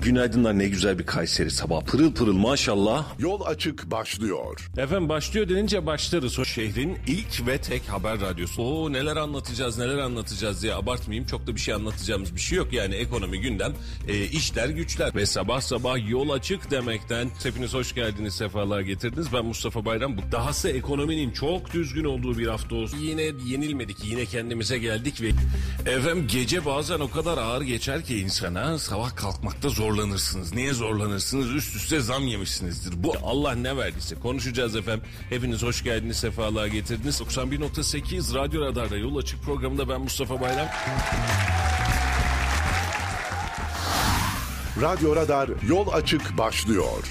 Günaydınlar, ne güzel bir Kayseri sabah. Pırıl pırıl maşallah. Yol Açık başlıyor. Efendim başlıyor denince başlarız. O şehrin ilk ve tek haber radyosu. Oo neler anlatacağız diye abartmayayım. Çok da bir şey anlatacağımız bir şey yok. Yani ekonomi, gündem, işler güçler. Ve sabah sabah yol açık demekten hepiniz hoş geldiniz, sefalar getirdiniz. Ben Mustafa Bayram. Bu dahası ekonominin çok düzgün olduğu bir hafta olsun. Yine yenilmedik, yine kendimize geldik ve efendim gece bazen o kadar ağır geçer ki insana, sabah kalkmakta zorlanırsınız. Niye zorlanırsınız? Üst üste zam yemişsinizdir. Bu Allah ne verdiyse konuşacağız efendim. Hepiniz hoş geldiniz, sefalar getirdiniz. 91.8 Radyo Radar'da Yol Açık programında ben Mustafa Bayram. Radyo Radar Yol Açık başlıyor.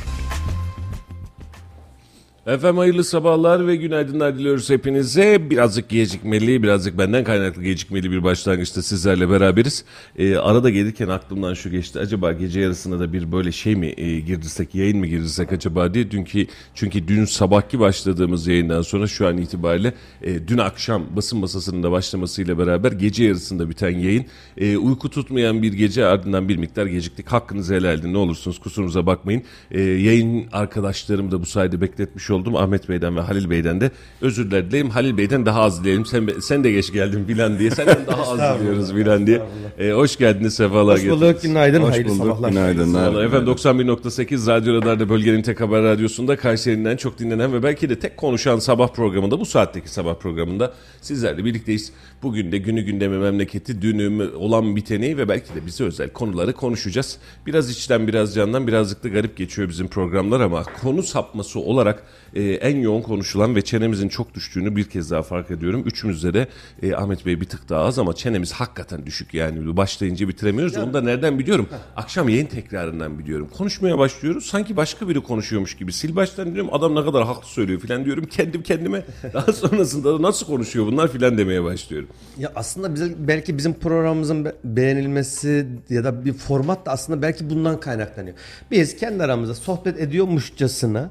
Efendim hayırlı sabahlar ve günaydınlar diliyoruz hepinize. Birazcık gecikmeli, birazcık benden kaynaklı gecikmeli bir başlangıçta sizlerle beraberiz. Arada gelirken aklımdan şu geçti. Acaba gece yarısına da bir böyle şey mi girdirsek, yayın mı girdirsek acaba diye. Çünkü dün sabahki başladığımız yayından sonra şu an itibariyle dün akşam basın masasının da başlamasıyla beraber gece yarısında biten yayın. Uyku tutmayan bir gece, ardından bir miktar geciktik. Hakkınızı helal edin, ne olursunuz, kusurumuza bakmayın. Yayın arkadaşlarımı da bu sayede bekletmiş oldum. Ahmet Bey'den ve Halil Bey'den de özür dileyim. Halil Bey'den daha az dileyelim. Sen de geç geldin filan diye. Senden daha az diliyoruz filan diye. Hoş geldiniz, sefalar getirdiniz. Hoş bulduk, günaydın, hayırlı sabahlar. Günaydınlar. Efendim 91.8 Radyo Radar'da bölgenin tek haber radyosunda Kayseri'nin en çok dinlenen ve belki de tek konuşan sabah programında, bu saatteki sabah programında sizlerle birlikteyiz. Bugün de günü gündemi, memleketi, dünü, olan biteni ve belki de bize özel konuları konuşacağız. Biraz içten, biraz candan, birazcık da garip geçiyor bizim programlar ama konu sapması olarak en yoğun konuşulan ve çenemizin çok düştüğünü bir kez daha fark ediyorum. Üçümüzde de Ahmet Bey bir tık daha az ama çenemiz hakikaten düşük, yani başlayınca bitiremiyoruz. Onu da nereden biliyorum? Akşam yayın tekrarından biliyorum. Konuşmaya başlıyoruz, sanki başka biri konuşuyormuş gibi. Sil baştan diyorum, adam ne kadar haklı söylüyor filan diyorum kendi kendime. Daha sonrasında da nasıl konuşuyor bunlar filan demeye başlıyorum. Ya aslında belki bizim programımızın beğenilmesi ya da bir format da aslında belki bundan kaynaklanıyor. Biz kendi aramızda sohbet ediyormuşçasına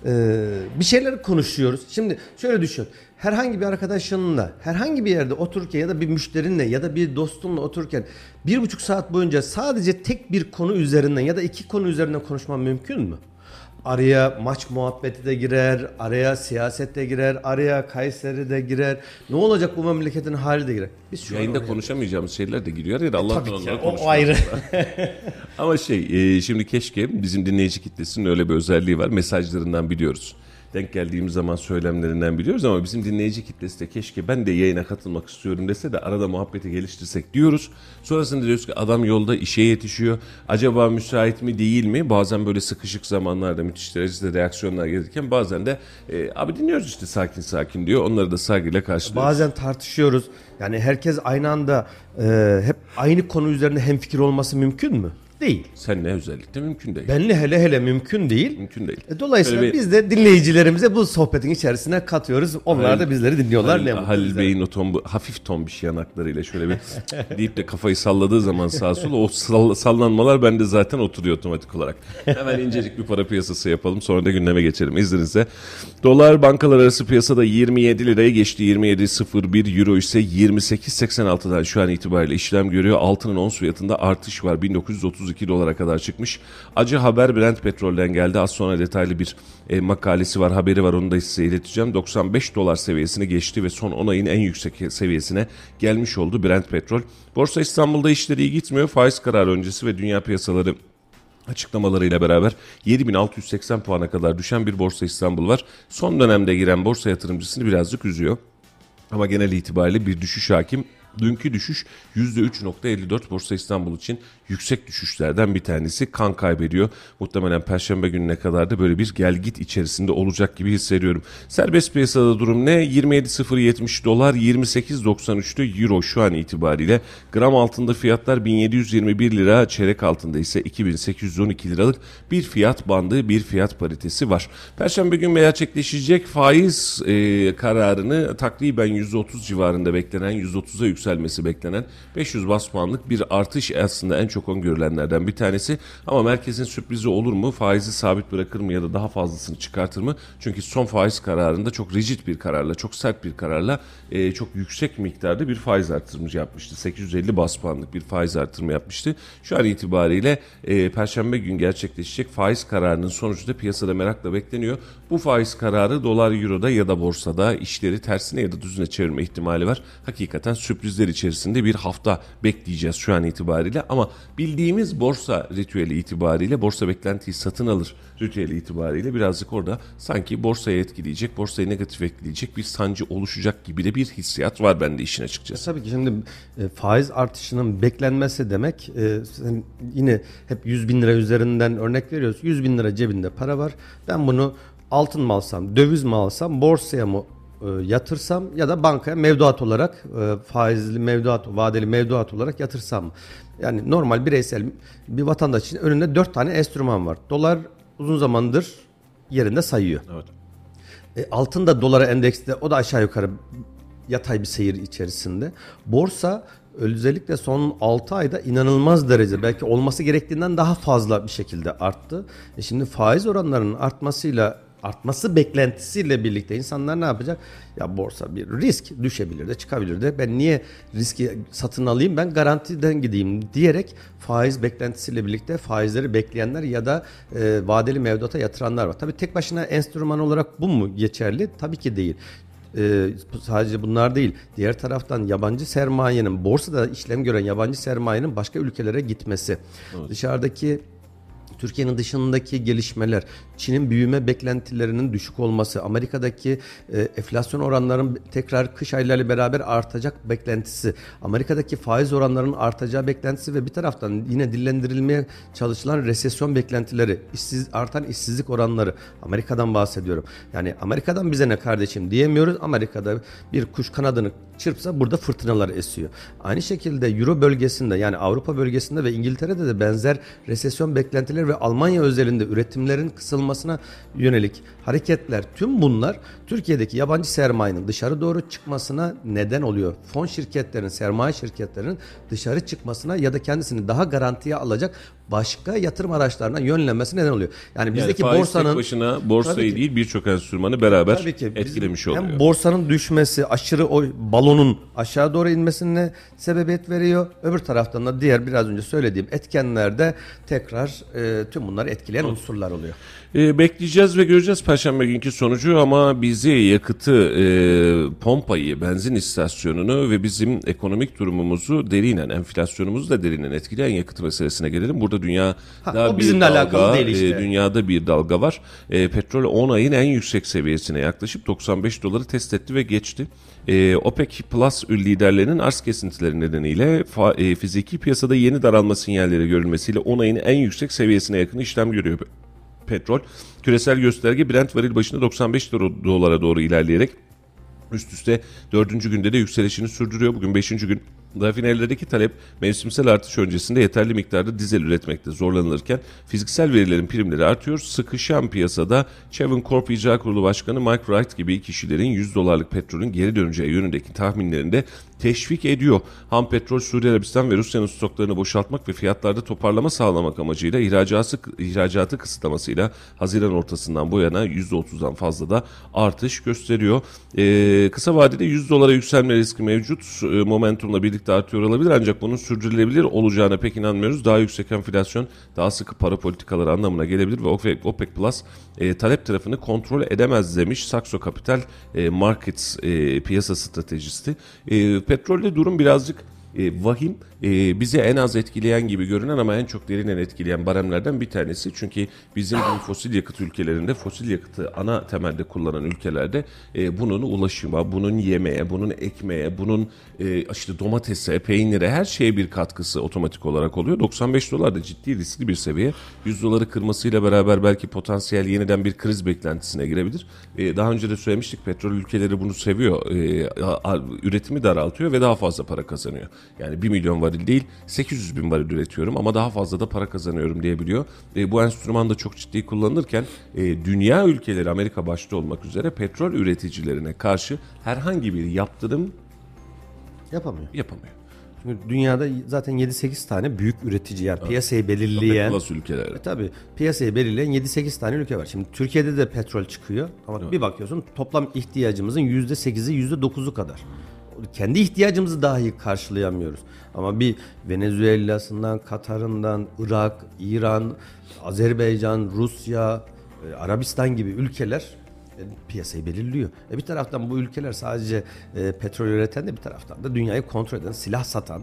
bir şeyler konuşuyoruz. Şimdi şöyle düşün. Herhangi bir arkadaşınla, herhangi bir yerde otururken ya da bir müşterinle ya da bir dostunla otururken 1,5 saat boyunca sadece tek bir konu üzerinden ya da iki konu üzerinden konuşman mümkün mü? Araya maç muhabbeti de girer, araya siyaset de girer, araya Kayseri de girer. Ne olacak bu memleketin hali de girer. Biz şu yayında konuşamayacağımız şeyler de giriyor ya da Allah'tan onları konuşuyoruz. O ayrı. Ama şimdi keşke bizim dinleyici kitlesinin öyle bir özelliği var. Mesajlarından biliyoruz. Denk geldiğimiz zaman söylemlerinden biliyoruz ama bizim dinleyici kitlesi de keşke ben de yayına katılmak istiyorum dese de arada muhabbeti geliştirsek diyoruz. Sonrasında diyoruz ki adam yolda işe yetişiyor. Acaba müsait mi değil mi? Bazen böyle sıkışık zamanlarda müthiş derecede reaksiyonlar gelirken bazen de abi dinliyoruz işte sakin sakin diyor. Onları da saygıyla karşılıyoruz. Bazen tartışıyoruz. Yani herkes aynı anda hep aynı konu üzerinde hemfikir olması mümkün mü? Değil. Seninle özellikle mümkün değil. Benle hele mümkün değil. Mümkün değil. Dolayısıyla biz de dinleyicilerimize bu sohbetin içerisine katıyoruz. Onlar da bizleri dinliyorlar. Halil Bey'in o hafif tombiş yanaklarıyla şöyle bir deyip de kafayı salladığı zaman sağa sola o sallanmalar bende zaten oturuyor otomatik olarak. Hemen incecik bir para piyasası yapalım, sonra da gündeme geçelim izninizle. Dolar bankalar arası piyasada 27 liraya geçti. 27.01, euro ise 28.86'dan şu an itibariyle işlem görüyor. Altının ons fiyatında artış var. 1932 dolara kadar çıkmış. Acı haber Brent petrolden geldi. Az sonra detaylı bir makalesi var, haberi var, onu da size ileteceğim. 95 dolar seviyesini geçti ve son 10 ayın en yüksek seviyesine gelmiş oldu Brent petrol. Borsa İstanbul'da işleri iyi gitmiyor. Faiz kararı öncesi ve dünya piyasaları açıklamalarıyla beraber 7.680 puana kadar düşen bir Borsa İstanbul var. Son dönemde giren borsa yatırımcısını birazcık üzüyor. Ama genel itibariyle bir düşüş hakim. Dünkü düşüş %3.54, Borsa İstanbul için yüksek düşüşlerden bir tanesi. Kan kaybediyor. Muhtemelen Perşembe gününe kadar da böyle bir gelgit içerisinde olacak gibi hissediyorum. Serbest piyasada durum ne? 27.070 dolar, 28.93'te euro şu an itibariyle. Gram altında fiyatlar 1721 lira, çeyrek altında ise 2812 liralık bir fiyat bandı, bir fiyat paritesi var. Perşembe günü gerçekleşecek faiz kararını takriben %30 civarında beklenen, %30'a yükselmesi beklenen 500 bas puanlık bir artış aslında en çok öngörülenlerden bir tanesi. Ama merkezin sürprizi olur mu? Faizi sabit bırakır mı ya da daha fazlasını çıkartır mı? Çünkü son faiz kararında çok rigid bir kararla, çok sert bir kararla çok yüksek miktarda bir faiz artırımı yapmıştı. 850 bas puanlık bir faiz artırımı yapmıştı. Şu an itibariyle Perşembe gün gerçekleşecek faiz kararının sonucu da piyasada merakla bekleniyor. Bu faiz kararı dolar, euroda ya da borsada işleri tersine ya da düzüne çevirme ihtimali var. Hakikaten sürprizler içerisinde bir hafta bekleyeceğiz şu an itibariyle. Ama bildiğimiz borsa ritüeli itibariyle, borsa beklentiyi satın alır ritüeli itibariyle birazcık orada sanki borsayı etkileyecek, borsayı negatif etkileyecek bir sancı oluşacak gibi de bir hissiyat var bende işin açıkçası. Tabii ki şimdi faiz artışının beklenmesi demek, sen yine hep 100 bin lira üzerinden örnek veriyoruz. 100 bin lira cebinde para var. Ben bunu altın mı alsam, döviz mi alsam, borsaya mı yatırsam ya da bankaya mevduat olarak faizli mevduat, vadeli mevduat olarak yatırsam mı? Yani normal bireysel bir vatandaş için önünde 4 tane enstrüman var. Dolar uzun zamandır yerinde sayıyor. Evet. Altın da dolara endekste, o da aşağı yukarı yatay bir seyir içerisinde. Borsa özellikle son 6 ayda inanılmaz derece, belki olması gerektiğinden daha fazla bir şekilde arttı. Şimdi faiz oranlarının artması beklentisiyle birlikte insanlar ne yapacak? Ya borsa bir risk, düşebilir de çıkabilir de, ben niye riski satın alayım, ben garantiden gideyim diyerek faiz beklentisiyle birlikte faizleri bekleyenler ya da vadeli mevduata yatıranlar var. Tabii tek başına enstrüman olarak bu mu geçerli? Tabii ki değil. Sadece bunlar değil. Diğer taraftan yabancı sermayenin, borsada işlem gören yabancı sermayenin başka ülkelere gitmesi. Evet. Dışarıdaki, Türkiye'nin dışındaki gelişmeler, Çin'in büyüme beklentilerinin düşük olması, Amerika'daki enflasyon oranlarının tekrar kış aylarıyla beraber artacak beklentisi, Amerika'daki faiz oranlarının artacağı beklentisi ve bir taraftan yine dillendirilmeye çalışılan resesyon beklentileri, artan işsizlik oranları, Amerika'dan bahsediyorum. Yani Amerika'dan bize ne kardeşim diyemiyoruz. Amerika'da bir kuş kanadını çırpsa burada fırtınalar esiyor. Aynı şekilde Euro bölgesinde, yani Avrupa bölgesinde ve İngiltere'de de benzer resesyon beklentileri ve Almanya özelinde üretimlerin kısılmasına yönelik hareketler, tüm bunlar Türkiye'deki yabancı sermayenin dışarı doğru çıkmasına neden oluyor. Fon şirketlerinin, sermaye şirketlerinin dışarı çıkmasına ya da kendisini daha garantiye alacak başka yatırım araçlarına yönlenmesi neden oluyor. Yani bizdeki faiz borsanın tek başına borsayı değil birçok enstrümanı beraber etkilemiş oluyor. Hem borsanın düşmesi, aşırı o balonun aşağı doğru inmesine sebebiyet veriyor. Öbür taraftan da diğer biraz önce söylediğim etkenlerde tekrar tüm bunları etkileyen unsurlar oluyor. Bekleyeceğiz ve göreceğiz Perşembe günkü sonucu, ama bizi yakıtı, pompayı, benzin istasyonunu ve bizim ekonomik durumumuzu derinen, enflasyonumuzu da derinen etkileyen yakıt meselesine gelelim. Burada dünyada bir dalga, işte. Dünyada bir dalga var. Petrol 10 ayın en yüksek seviyesine yaklaşıp 95 doları test etti ve geçti. OPEC Plus liderlerinin arz kesintileri nedeniyle fiziki piyasada yeni daralma sinyalleri görülmesiyle 10 ayın en yüksek seviyesine yakın işlem görüyor petrol. Küresel gösterge Brent varil başına 95 dolara doğru ilerleyerek üst üste 4. günde de yükselişini sürdürüyor. Bugün 5. gün. Rafinerilerdeki talep mevsimsel artış öncesinde yeterli miktarda dizel üretmekte zorlanılırken fiziksel verilerin primleri artıyor. Sıkışan piyasada Chevron Corp İcra Kurulu Başkanı Mike Wright gibi kişilerin 100 dolarlık petrolün geri döneceği yönündeki tahminlerinde teşvik ediyor. Ham petrol, Suudi Arabistan ve Rusya'nın stoklarını boşaltmak ve fiyatlarda toparlama sağlamak amacıyla ihracatı kısıtlamasıyla Haziran ortasından bu yana %30'dan fazla da artış gösteriyor. Kısa vadede 100 dolara yükselme riski mevcut. Momentumla birlikte artıyor olabilir, ancak bunun sürdürülebilir olacağına pek inanmıyoruz. Daha yüksek enflasyon, daha sıkı para politikaları anlamına gelebilir ve OPEC Plus talep tarafını kontrol edemez demiş Saxo Capital Markets piyasa stratejisti. Petrolde durum birazcık vahim. Bizi en az etkileyen gibi görünen ama en çok derinen etkileyen baremlerden bir tanesi. Çünkü bizim fosil yakıt ülkelerinde, fosil yakıtı ana temelde kullanan ülkelerde bunun ulaşıma, bunun yemeğe, bunun ekmeğe, bunun işte domatese, peynire, her şeye bir katkısı otomatik olarak oluyor. 95 dolar da ciddi riskli bir seviye. 100 doları kırmasıyla beraber belki potansiyel yeniden bir kriz beklentisine girebilir. Daha önce de söylemiştik, petrol ülkeleri bunu seviyor. Üretimi daraltıyor ve daha fazla para kazanıyor. Yani 1 milyon varil değil 800 bin varil üretiyorum ama daha fazla da para kazanıyorum diyebiliyor. Bu enstrüman da çok ciddi kullanılırken dünya ülkeleri, Amerika başta olmak üzere petrol üreticilerine karşı herhangi bir yaptırım Yapamıyor. Yapamıyor. Çünkü dünyada zaten 7-8 tane büyük üretici, yani piyasayı belirleyen. Plus ülkeler. Tabii piyasayı belirleyen 7-8 tane ülke var. Şimdi Türkiye'de de petrol çıkıyor ama bir bakıyorsun toplam ihtiyacımızın %8'i %9'u kadar. Kendi ihtiyacımızı dahi karşılayamıyoruz. Ama bir Venezuela'sından, Katar'ından, Irak, İran, Azerbaycan, Rusya, Arabistan gibi ülkeler piyasayı belirliyor. Bir taraftan bu ülkeler sadece petrol üreten de bir taraftan da dünyayı kontrol eden, silah satan,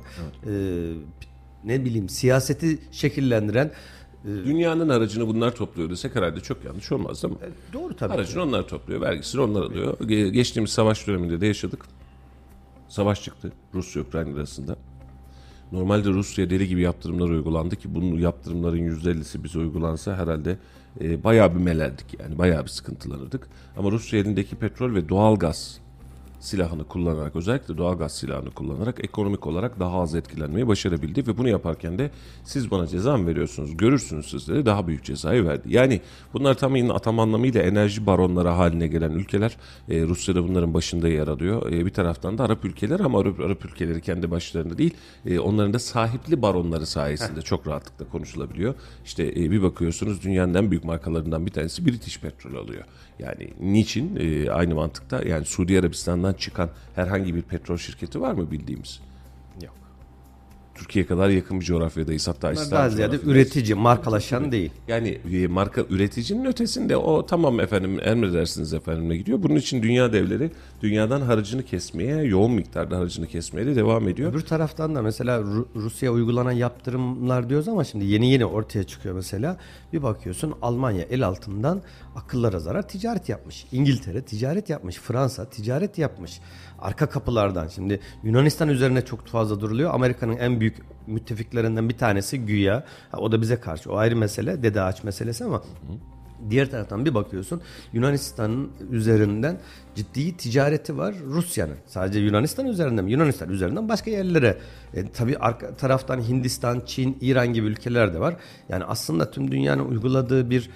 ne bileyim siyaseti şekillendiren. Dünyanın aracını bunlar topluyor desek herhalde çok yanlış olmaz değil mi? Doğru tabii. Aracını onlar topluyor, vergisini onlar alıyor. Geçtiğimiz savaş döneminde de yaşadık. Savaş çıktı Rusya-Ukrayna arasında. Normalde Rusya deli gibi yaptırımlar uygulandı ki bunun yaptırımların %50'si bize uygulansa herhalde bayağı bir melerdik, yani bayağı bir sıkıntılanırdık. Ama Rusya elindeki petrol ve doğalgaz silahını kullanarak, özellikle doğalgaz silahını kullanarak ekonomik olarak daha az etkilenmeyi başarabildi ve bunu yaparken de siz bana ceza mı veriyorsunuz, görürsünüz sizlere, daha büyük cezayı verdi. Yani bunlar tam anlamıyla enerji baronları haline gelen ülkeler. Rusya da bunların başında yer alıyor. Bir taraftan da Arap ülkeler, ama Arap ülkeleri kendi başlarında değil, onların da sahipli baronları sayesinde çok rahatlıkla konuşulabiliyor. İşte bir bakıyorsunuz dünyanın en büyük markalarından bir tanesi British Petrol alıyor. Yani niçin? Aynı mantıkta, yani Suudi Arabistan'dan çıkan herhangi bir petrol şirketi var mı bildiğimiz? Yok. Türkiye kadar yakın bir coğrafyadayız, hatta Daha İstanbul ziyade coğrafyadayız. üretici, markalaşan değil. Yani marka üreticinin ötesinde o tamam efendim, emredersiniz efendimle gidiyor. Bunun için dünya devleri dünyadan harcını kesmeye, yoğun miktarda harcını kesmeye de devam ediyor. Öbür taraftan da mesela Rusya uygulanan yaptırımlar diyoruz ama şimdi yeni ortaya çıkıyor mesela. Bir bakıyorsun Almanya el altından akıllara zarar ticaret yapmış. İngiltere ticaret yapmış. Fransa ticaret yapmış. Arka kapılardan. Şimdi Yunanistan üzerine çok fazla duruluyor. Amerika'nın en büyük müttefiklerinden bir tanesi güya. O da bize karşı. O ayrı mesele. Dede ağaç meselesi ama diğer taraftan bir bakıyorsun Yunanistan'ın üzerinden ciddi ticareti var Rusya'nın. Sadece Yunanistan üzerinden mi? Yunanistan üzerinden başka yerlere. Tabii arka taraftan Hindistan, Çin, İran gibi ülkeler de var. Yani aslında tüm dünyanın uyguladığı bir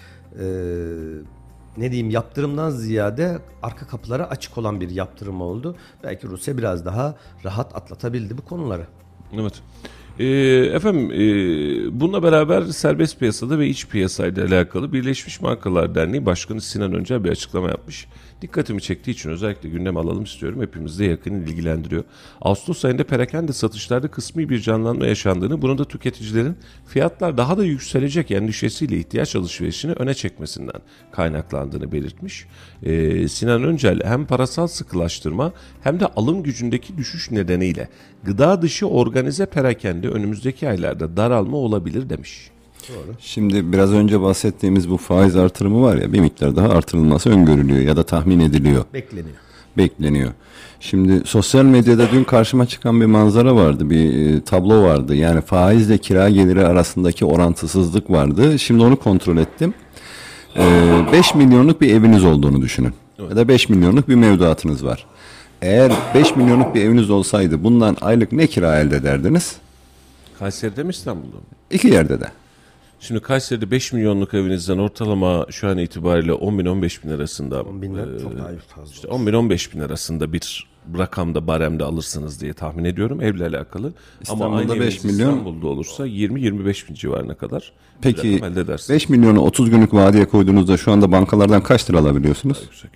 yaptırımdan ziyade arka kapıları açık olan bir yaptırım oldu. Belki Rusya biraz daha rahat atlatabildi bu konuları. Evet. Efendim bununla beraber serbest piyasada ve iç piyasayla alakalı Birleşmiş Markalar Derneği Başkanı Sinan Öncel bir açıklama yapmış. Dikkatimi çektiği için özellikle gündeme alalım istiyorum. Hepimizi de yakın ilgilendiriyor. Ağustos ayında perakende satışlarda kısmi bir canlanma yaşandığını, bunun da tüketicilerin fiyatlar daha da yükselecek endişesiyle ihtiyaç alışverişini öne çekmesinden kaynaklandığını belirtmiş. Sinan Öncel hem parasal sıkılaştırma hem de alım gücündeki düşüş nedeniyle gıda dışı organize perakende önümüzdeki aylarda daralma olabilir demiş. Doğru. Şimdi biraz önce bahsettiğimiz bu faiz artırımı var ya, bir miktar daha artırılması öngörülüyor ya da tahmin ediliyor. Bekleniyor. Şimdi sosyal medyada dün karşıma çıkan bir manzara vardı, bir tablo vardı. Yani faizle kira geliri arasındaki orantısızlık vardı. Şimdi onu kontrol ettim. 5 milyonluk bir eviniz olduğunu düşünün. Evet. Ya da 5 milyonluk bir mevduatınız var. Eğer 5 milyonluk bir eviniz olsaydı bundan aylık ne kira elde ederdiniz? Kayseri'de mi, İstanbul'da mı? İki yerde de. Şimdi Kayseri'de 5 milyonluk evinizden ortalama şu an itibariyle 10 bin 15 bin arasında 10 bin lira çok daha fazla. İşte 10 bin 15 bin arasında bir rakamda, baremde alırsınız diye tahmin ediyorum evle alakalı. İstanbul'da ama aynı 5 milyon. İstanbul'da olursa 20-25 bin civarına kadar Peki rakam elde edersiniz. 5 milyonu 30 günlük vadeye koyduğunuzda şu anda bankalardan kaç lira alabiliyorsunuz? Yüksek.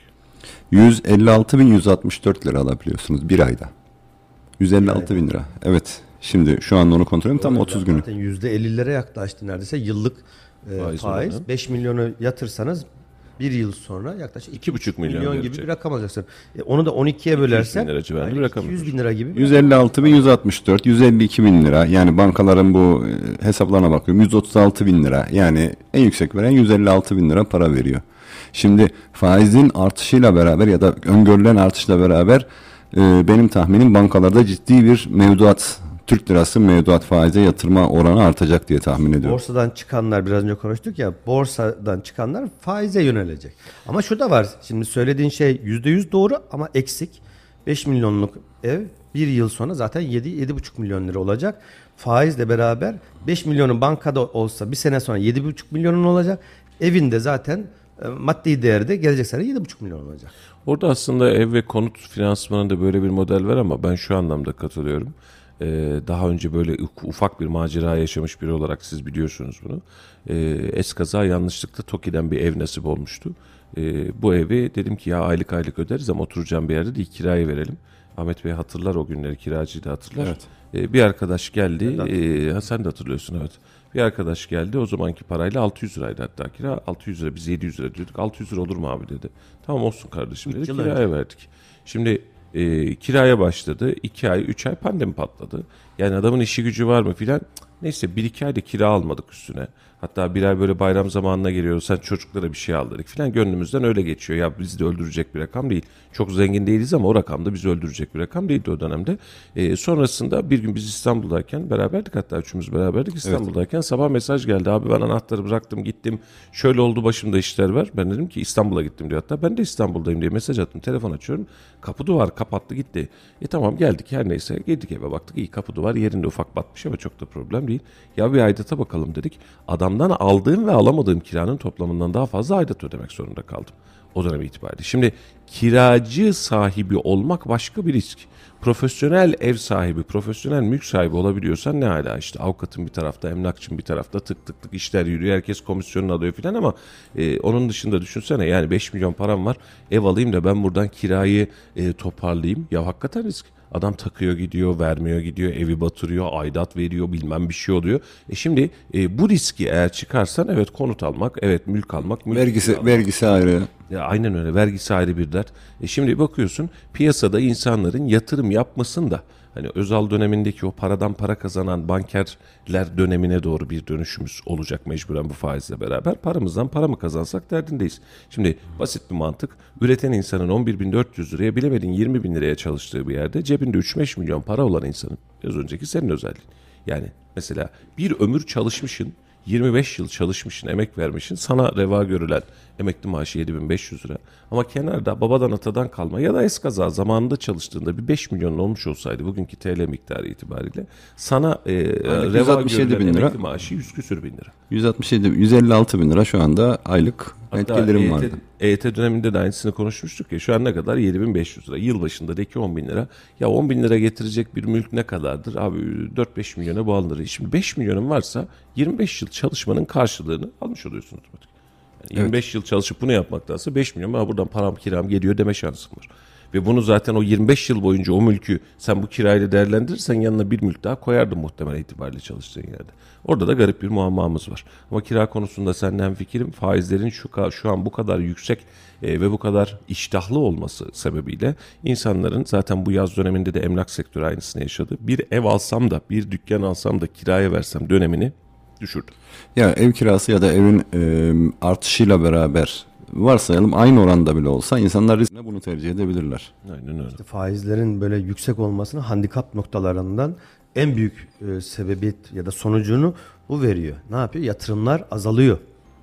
156.164 lira alabiliyorsunuz bir ayda. 156 bin lira. Evet. Şimdi şu anda onu kontrol ediyorum. Tam 30 günlük. Zaten %50'lere yaklaştı neredeyse yıllık faiz. 5 milyonu yatırsanız bir yıl sonra yaklaşık 2,5 milyon gibi bir rakam alacaksın. Onu da 12'ye bölersen 200 bin lira civarında bir rakam 200 bin lira gibi. 156.164, 152 bin lira. Yani bankaların bu hesaplarına bakıyorum. 136 bin lira. Yani en yüksek veren 156 bin lira para veriyor. Şimdi faizin artışıyla beraber ya da öngörülen artışla beraber benim tahminim bankalarda ciddi bir mevduat, Türk lirası mevduat faize yatırma oranı artacak diye tahmin ediyorum. Borsadan çıkanlar, biraz önce konuştuk ya, borsadan çıkanlar faize yönelecek. Ama şu da var, şimdi söylediğin şey %100 doğru ama eksik. 5 milyonluk ev bir yıl sonra zaten 7-7,5 milyon lira olacak. Faizle beraber 5 milyonun bankada olsa bir sene sonra 7,5 milyonun olacak. Evinde zaten maddi değeri de gelecek sene 7,5 milyon olacak. Orada aslında ev ve konut finansmanında böyle bir model var ama ben şu anlamda katılıyorum. Daha önce böyle ufak bir macera yaşamış biri olarak siz biliyorsunuz bunu. Eskaza yanlışlıkla TOKİ'den bir ev nasip olmuştu. Bu evi dedim ki ya aylık öderiz ama oturacağım bir yerde değil, kiraya verelim. Ahmet Bey hatırlar o günleri, kiracıyı da hatırlar. Evet. Bir arkadaş geldi, sen de hatırlıyorsun evet. Bir arkadaş geldi, o zamanki parayla 600 liraydı hatta kira. 600 lira, biz 700 lira diyorduk. 600 lira olur mu abi dedi. Tamam olsun kardeşim dedi, kiraya verdik. Şimdi kiraya başladı, 2 ay 3 ay pandemi patladı. Yani adamın işi gücü var mı filan. Neyse 1-2 ayda kira almadık üstüne. Hatta bir ay böyle bayram zamanına geliyoruz, sen çocuklara bir şey al dedik filan, gönlümüzden öyle geçiyor. Ya bizi de öldürecek bir rakam değil. Çok zengin değiliz ama o rakam da bizi öldürecek bir rakam değildi o dönemde. Sonrasında bir gün biz İstanbul'dayken beraberdik, hatta üçümüz beraberdik İstanbul'dayken sabah mesaj geldi. Abi ben anahtarı bıraktım gittim, şöyle oldu başımda işler var. Ben dedim ki İstanbul'a gittim diyor, hatta ben de İstanbul'dayım diye mesaj attım. Telefon açıyorum, kapı duvar kapattı gitti. Tamam geldik her neyse, girdik eve baktık, iyi kapı duvar yerinde, ufak batmış ama çok da problem değil. Ya bir aidata bakalım dedik. Adamdan aldığım ve alamadığım kiranın toplamından daha fazla aidat ödemek zorunda kaldım o dönem itibariyle. Şimdi kiracı sahibi olmak başka bir risk. Profesyonel ev sahibi, profesyonel mülk sahibi olabiliyorsan ne hala, işte avukatın bir tarafta, emlakçın bir tarafta, tık tık tık işler yürüyor, herkes komisyonunu alıyor filan ama onun dışında düşünsene, yani 5 milyon param var, ev alayım da ben buradan kirayı toparlayayım. Ya hakikaten risk. Adam takıyor gidiyor, vermiyor gidiyor, evi batırıyor, aidat veriyor, bilmem bir şey oluyor. Şimdi bu riski eğer çıkarsan, evet konut almak, evet mülk almak. Vergisi ayrı. Ya aynen öyle, vergisi ayrı bir dert. Şimdi bakıyorsun piyasada insanların yatırım yapmasın da, hani Özal dönemindeki o paradan para kazanan bankerler dönemine doğru bir dönüşümüz olacak mecburen bu faizle beraber. Paramızdan para mı kazansak derdindeyiz. Şimdi basit bir mantık. Üreten insanın 11.400 liraya, bilemedin 20.000 liraya çalıştığı bir yerde cebinde 3-5 milyon para olan insanın, az önceki senin özelliğin. Yani mesela bir ömür çalışmışsın, 25 yıl çalışmışsın, emek vermişsin, sana reva görülen emekli maaşı 7.500 lira. Ama kenarda babadan atadan kalma ya da eskaza zamanında çalıştığında bir 5 milyon olmuş olsaydı bugünkü TL miktarı itibariyle sana reva görülen emekli maaşı 100 küsür bin lira. 156 bin lira şu anda aylık net gelirim vardı. EYT döneminde de aynısını konuşmuştuk ya, şu an ne kadar? 7.500 lira. Yılbaşındaki 10 bin lira. Ya 10 bin lira getirecek bir mülk ne kadardır? Abi 4-5 milyona bağlanır. Şimdi 5 milyonun varsa 25 yıl çalışmanın karşılığını almış oluyorsun otomatik. Yani 25 yıl çalışıp bunu yapmaktansa 5 milyon bana buradan param kiram geliyor deme şansım var. Ve bunu zaten o 25 yıl boyunca o mülkü sen bu kirayla değerlendirirsen yanına bir mülk daha koyardın muhtemelen itibariyle çalıştığın yerde. Orada da garip bir muammamız var. Ama kira konusunda senden fikrim, faizlerin şu an bu kadar yüksek ve bu kadar iştahlı olması sebebiyle insanların zaten bu yaz döneminde de emlak sektörü aynısını yaşadı. Bir ev alsam da, bir dükkan alsam da kiraya versem dönemini düşürdü. Ya ev kirası ya da evin artışıyla beraber varsayalım aynı oranda bile olsa insanlar riskine bunu tercih edebilirler. Aynen öyle. İşte faizlerin böyle yüksek olmasının handikap noktalarından en büyük sebebiyet ya da sonucunu bu veriyor. Ne yapıyor? Yatırımlar azalıyor.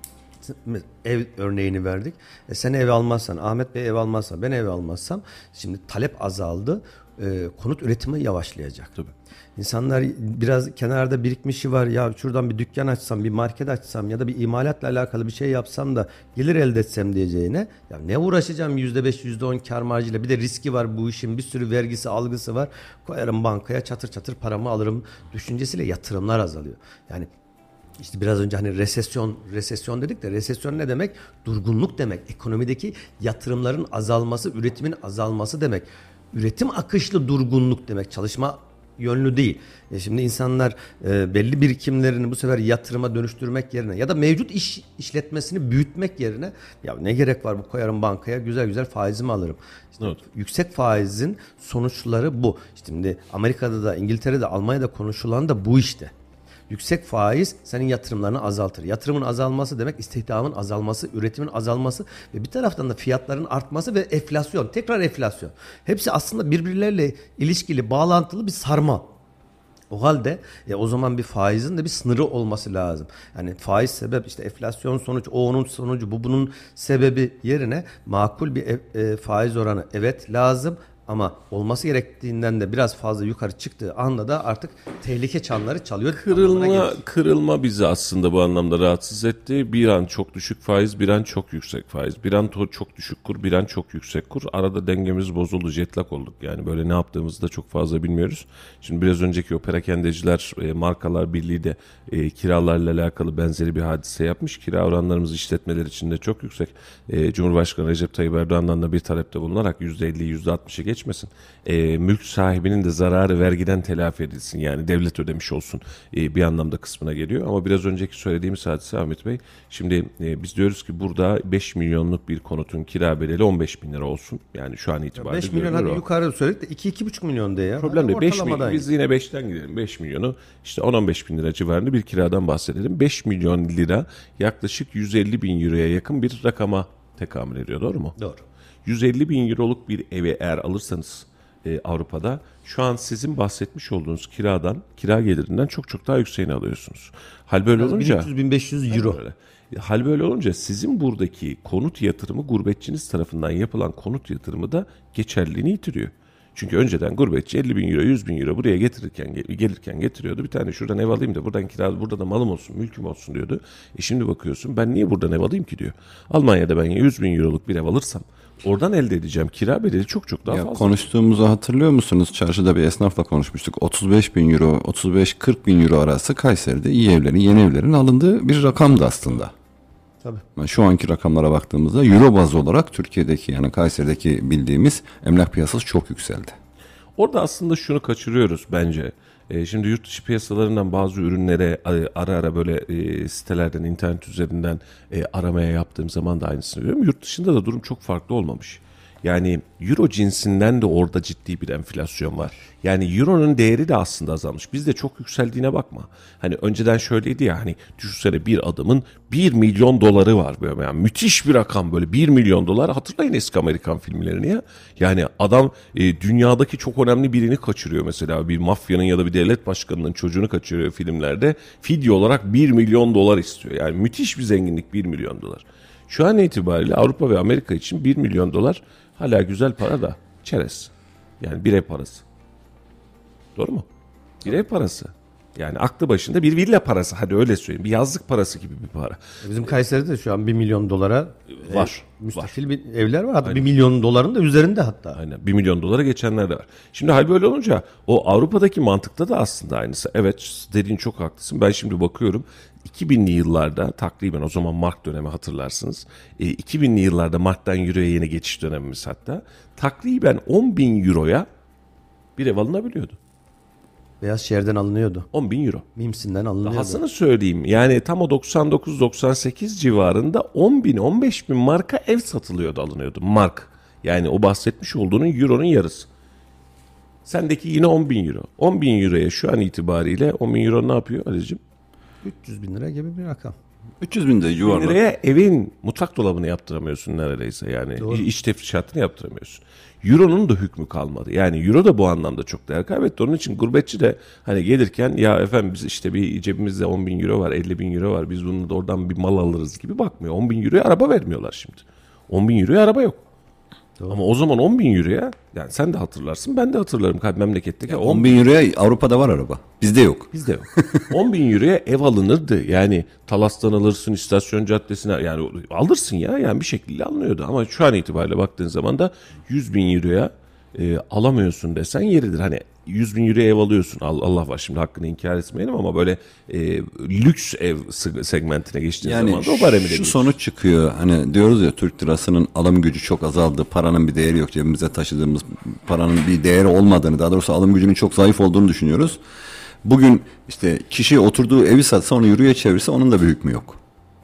Ev örneğini verdik. Sen ev almazsan, Ahmet Bey ev almazsa, ben ev almazsam, şimdi talep azaldı. Konut üretimi yavaşlayacak. Tabii. İnsanlar biraz kenarda birikmişi var, ya şuradan bir dükkan açsam, bir market açsam ya da bir imalatla alakalı bir şey yapsam da gelir elde etsem diyeceğine, ya ne uğraşacağım %5 %10 kar marjıyla, bir de riski var bu işin, bir sürü vergisi algısı var, koyarım bankaya çatır çatır paramı alırım düşüncesiyle yatırımlar azalıyor. Yani İşte biraz önce hani resesyon dedik de, resesyon ne demek? Durgunluk demek. Ekonomideki yatırımların azalması, üretimin azalması demek. Üretim akışlı durgunluk demek. Çalışma yönlü değil. Şimdi insanlar belli birikimlerini bu sefer yatırıma dönüştürmek yerine ya da mevcut işletmesini büyütmek yerine, ya ne gerek var bu, koyarım bankaya güzel güzel faizimi alırım. İşte evet. Yüksek faizin sonuçları bu. Şimdi Amerika'da da, İngiltere'de, Almanya'da konuşulan da bu işte. Yüksek faiz senin yatırımlarını azaltır. Yatırımın azalması demek istihdamın azalması, üretimin azalması ve bir taraftan da fiyatların artması ve enflasyon. Tekrar enflasyon. Hepsi aslında birbirleriyle ilişkili, bağlantılı bir sarmal. O halde o zaman bir faizin de bir sınırı olması lazım. Yani faiz sebep, işte enflasyon sonuç, o onun sonucu, bu bunun sebebi yerine makul bir faiz oranı evet lazım Ama olması gerektiğinden de biraz fazla yukarı çıktığı anda da artık tehlike çanları çalıyor. Kırılma bizi aslında bu anlamda rahatsız etti. Bir an çok düşük faiz, bir an çok yüksek faiz. Bir an çok düşük kur, bir an çok yüksek kur. Arada dengemiz bozuldu, jetlak olduk. Yani böyle ne yaptığımızı da çok fazla bilmiyoruz. Şimdi biraz önceki o perakendeciler, markalar birliği de kiralarla alakalı benzeri bir hadise yapmış. Kira oranlarımız işletmeler için de çok yüksek. Cumhurbaşkanı Recep Tayyip Erdoğan'dan da bir talepte bulunarak %50'yi %60'a geçmesin. Mülk sahibinin de zararı vergiden telafi edilsin. Yani devlet ödemiş olsun bir anlamda kısmına geliyor. Ama biraz önceki söylediğimiz hadise Ahmet Bey. Şimdi biz diyoruz ki burada 5 milyonluk bir konutun kira bedeli 15 bin lira olsun. Yani şu an itibariyle. 5 milyon hadi yukarı söyledik de 2-2,5 milyon de ya. Problem değil. 5 milyon. Biz yine 5'ten gidelim. 5 milyonu işte 10-15 bin lira civarında bir kiradan bahsedelim. 5 milyon lira yaklaşık 150 bin euroya yakın bir rakama tekamül ediyor. Doğru mu? Doğru. 150 bin euroluk bir evi eğer alırsanız Avrupa'da şu an sizin bahsetmiş olduğunuz kira gelirinden çok daha yükseğini alıyorsunuz. Hal böyle olunca 1300-1500 euro. Hal böyle olunca sizin buradaki konut yatırımı gurbetçiniz tarafından yapılan konut yatırımı da geçerliliğini yitiriyor. Çünkü önceden gurbetçi 50 bin euro, 100 bin euro buraya gelirken getiriyordu. Bir tane şuradan ev alayım da buradan kira, burada da malım olsun, mülküm olsun diyordu. Şimdi bakıyorsun ben niye buradan ev alayım ki diyor. Almanya'da ben 100 bin euroluk bir ev alırsam oradan elde edeceğim kira bedeli çok daha fazla. Konuştuğumuzu hatırlıyor musunuz? Çarşıda bir esnafla konuşmuştuk. 35 bin euro, 35-40 bin euro arası Kayseri'de iyi evlerin, yeni evlerin alındığı bir rakamdı aslında. Tabii. Şu anki rakamlara baktığımızda euro bazı olarak Türkiye'deki yani Kayseri'deki bildiğimiz emlak piyasası çok yükseldi. Orada aslında şunu kaçırıyoruz bence. Şimdi yurt dışı piyasalarından bazı ürünlere ara böyle sitelerden, internet üzerinden aramaya yaptığım zaman da aynısını görüyorum. Yurt dışında da durum çok farklı olmamış. Yani euro cinsinden de orada ciddi bir enflasyon var. Yani euronun değeri de aslında azalmış. Bizde çok yükseldiğine bakma. Hani önceden şöyleydi ya hani düşünsene bir adamın 1 milyon doları var böyle. Yani müthiş bir rakam böyle 1 milyon dolar. Hatırlayın eski Amerikan filmlerini ya. Yani adam dünyadaki çok önemli birini kaçırıyor mesela. Bir mafyanın ya da bir devlet başkanının çocuğunu kaçırıyor filmlerde. Fidye olarak 1 milyon dolar istiyor. Yani müthiş bir zenginlik 1 milyon dolar. Şu an itibariyle Avrupa ve Amerika için 1 milyon dolar hala güzel para da çerez. Yani bir ev parası. Doğru mu? Bir ev parası. Yani aklı başında bir villa parası. Hadi öyle söyleyeyim. Bir yazlık parası gibi bir para. Bizim Kayseri'de şu an 1 milyon dolara var. Müstakil bir evler var. Hatta aynen. 1 milyon doların da üzerinde hatta. Aynen. 1 milyon dolara geçenler de var. Şimdi hal böyle olunca o Avrupa'daki mantıkta da aslında aynısı. Evet dediğin çok haklısın. Ben şimdi bakıyorum. 2000'li yıllarda takriben o zaman mark dönemi hatırlarsınız. 2000'li yıllarda marktan euroya yeni geçiş dönemimiz hatta. Takriben 10 bin euroya bir ev alınabiliyordu. Beyaz Şehir'den alınıyordu. 10 bin euro. Mimsin'den alınıyordu. Dahasını söyleyeyim yani tam o 99-98 civarında 10 bin 15 bin marka ev satılıyordu alınıyordu. Mark. Yani o bahsetmiş olduğunun euronun yarısı. Sendeki yine 10 bin euro. 10 bin euroya şu an itibariyle 10 bin euro ne yapıyor Ali'cim? 300 bin lira gibi bir rakam. 300 bin de yuvarlak. 1000 liraya evin mutfak dolabını yaptıramıyorsun neredeyse yani. Doğru. İç tefrişatını yaptıramıyorsun. Euro'nun da hükmü kalmadı. Yani Euro da bu anlamda çok değer kaybetti. Onun için gurbetçi de hani gelirken ya efendim biz işte bir cebimizde 10 bin euro var, 50 bin euro var. Biz bunu da oradan bir mal alırız gibi bakmıyor. 10 bin euroya araba vermiyorlar şimdi. 10 bin euroya araba yok. Doğru. Ama o zaman 10 bin euroya yani sen de hatırlarsın ben de hatırlarım memleketteki. 10 bin euroya Avrupa'da var araba. Bizde yok. Bizde yok. 10 bin euroya ev alınırdı. Yani Talas'tan alırsın, istasyon caddesine yani alırsın ya. Yani bir şekilde alınıyordu. Ama şu an itibariyle baktığın zaman da 100 bin euroya alamıyorsun desen yeridir. Hani 100 bin euroya ev alıyorsun. Allah var şimdi hakkını inkar etmeyelim ama böyle lüks ev segmentine geçtiğin yani zaman da o baremi de şu sonuç çıkıyor. Hani diyoruz ya Türk lirasının alım gücü çok azaldı. Paranın bir değeri yok. Cebimize taşıdığımız paranın bir değeri olmadığını, daha doğrusu alım gücünün çok zayıf olduğunu düşünüyoruz. Bugün işte kişi oturduğu evi satsa onu euroya çevirse onun da bir hükmü yok.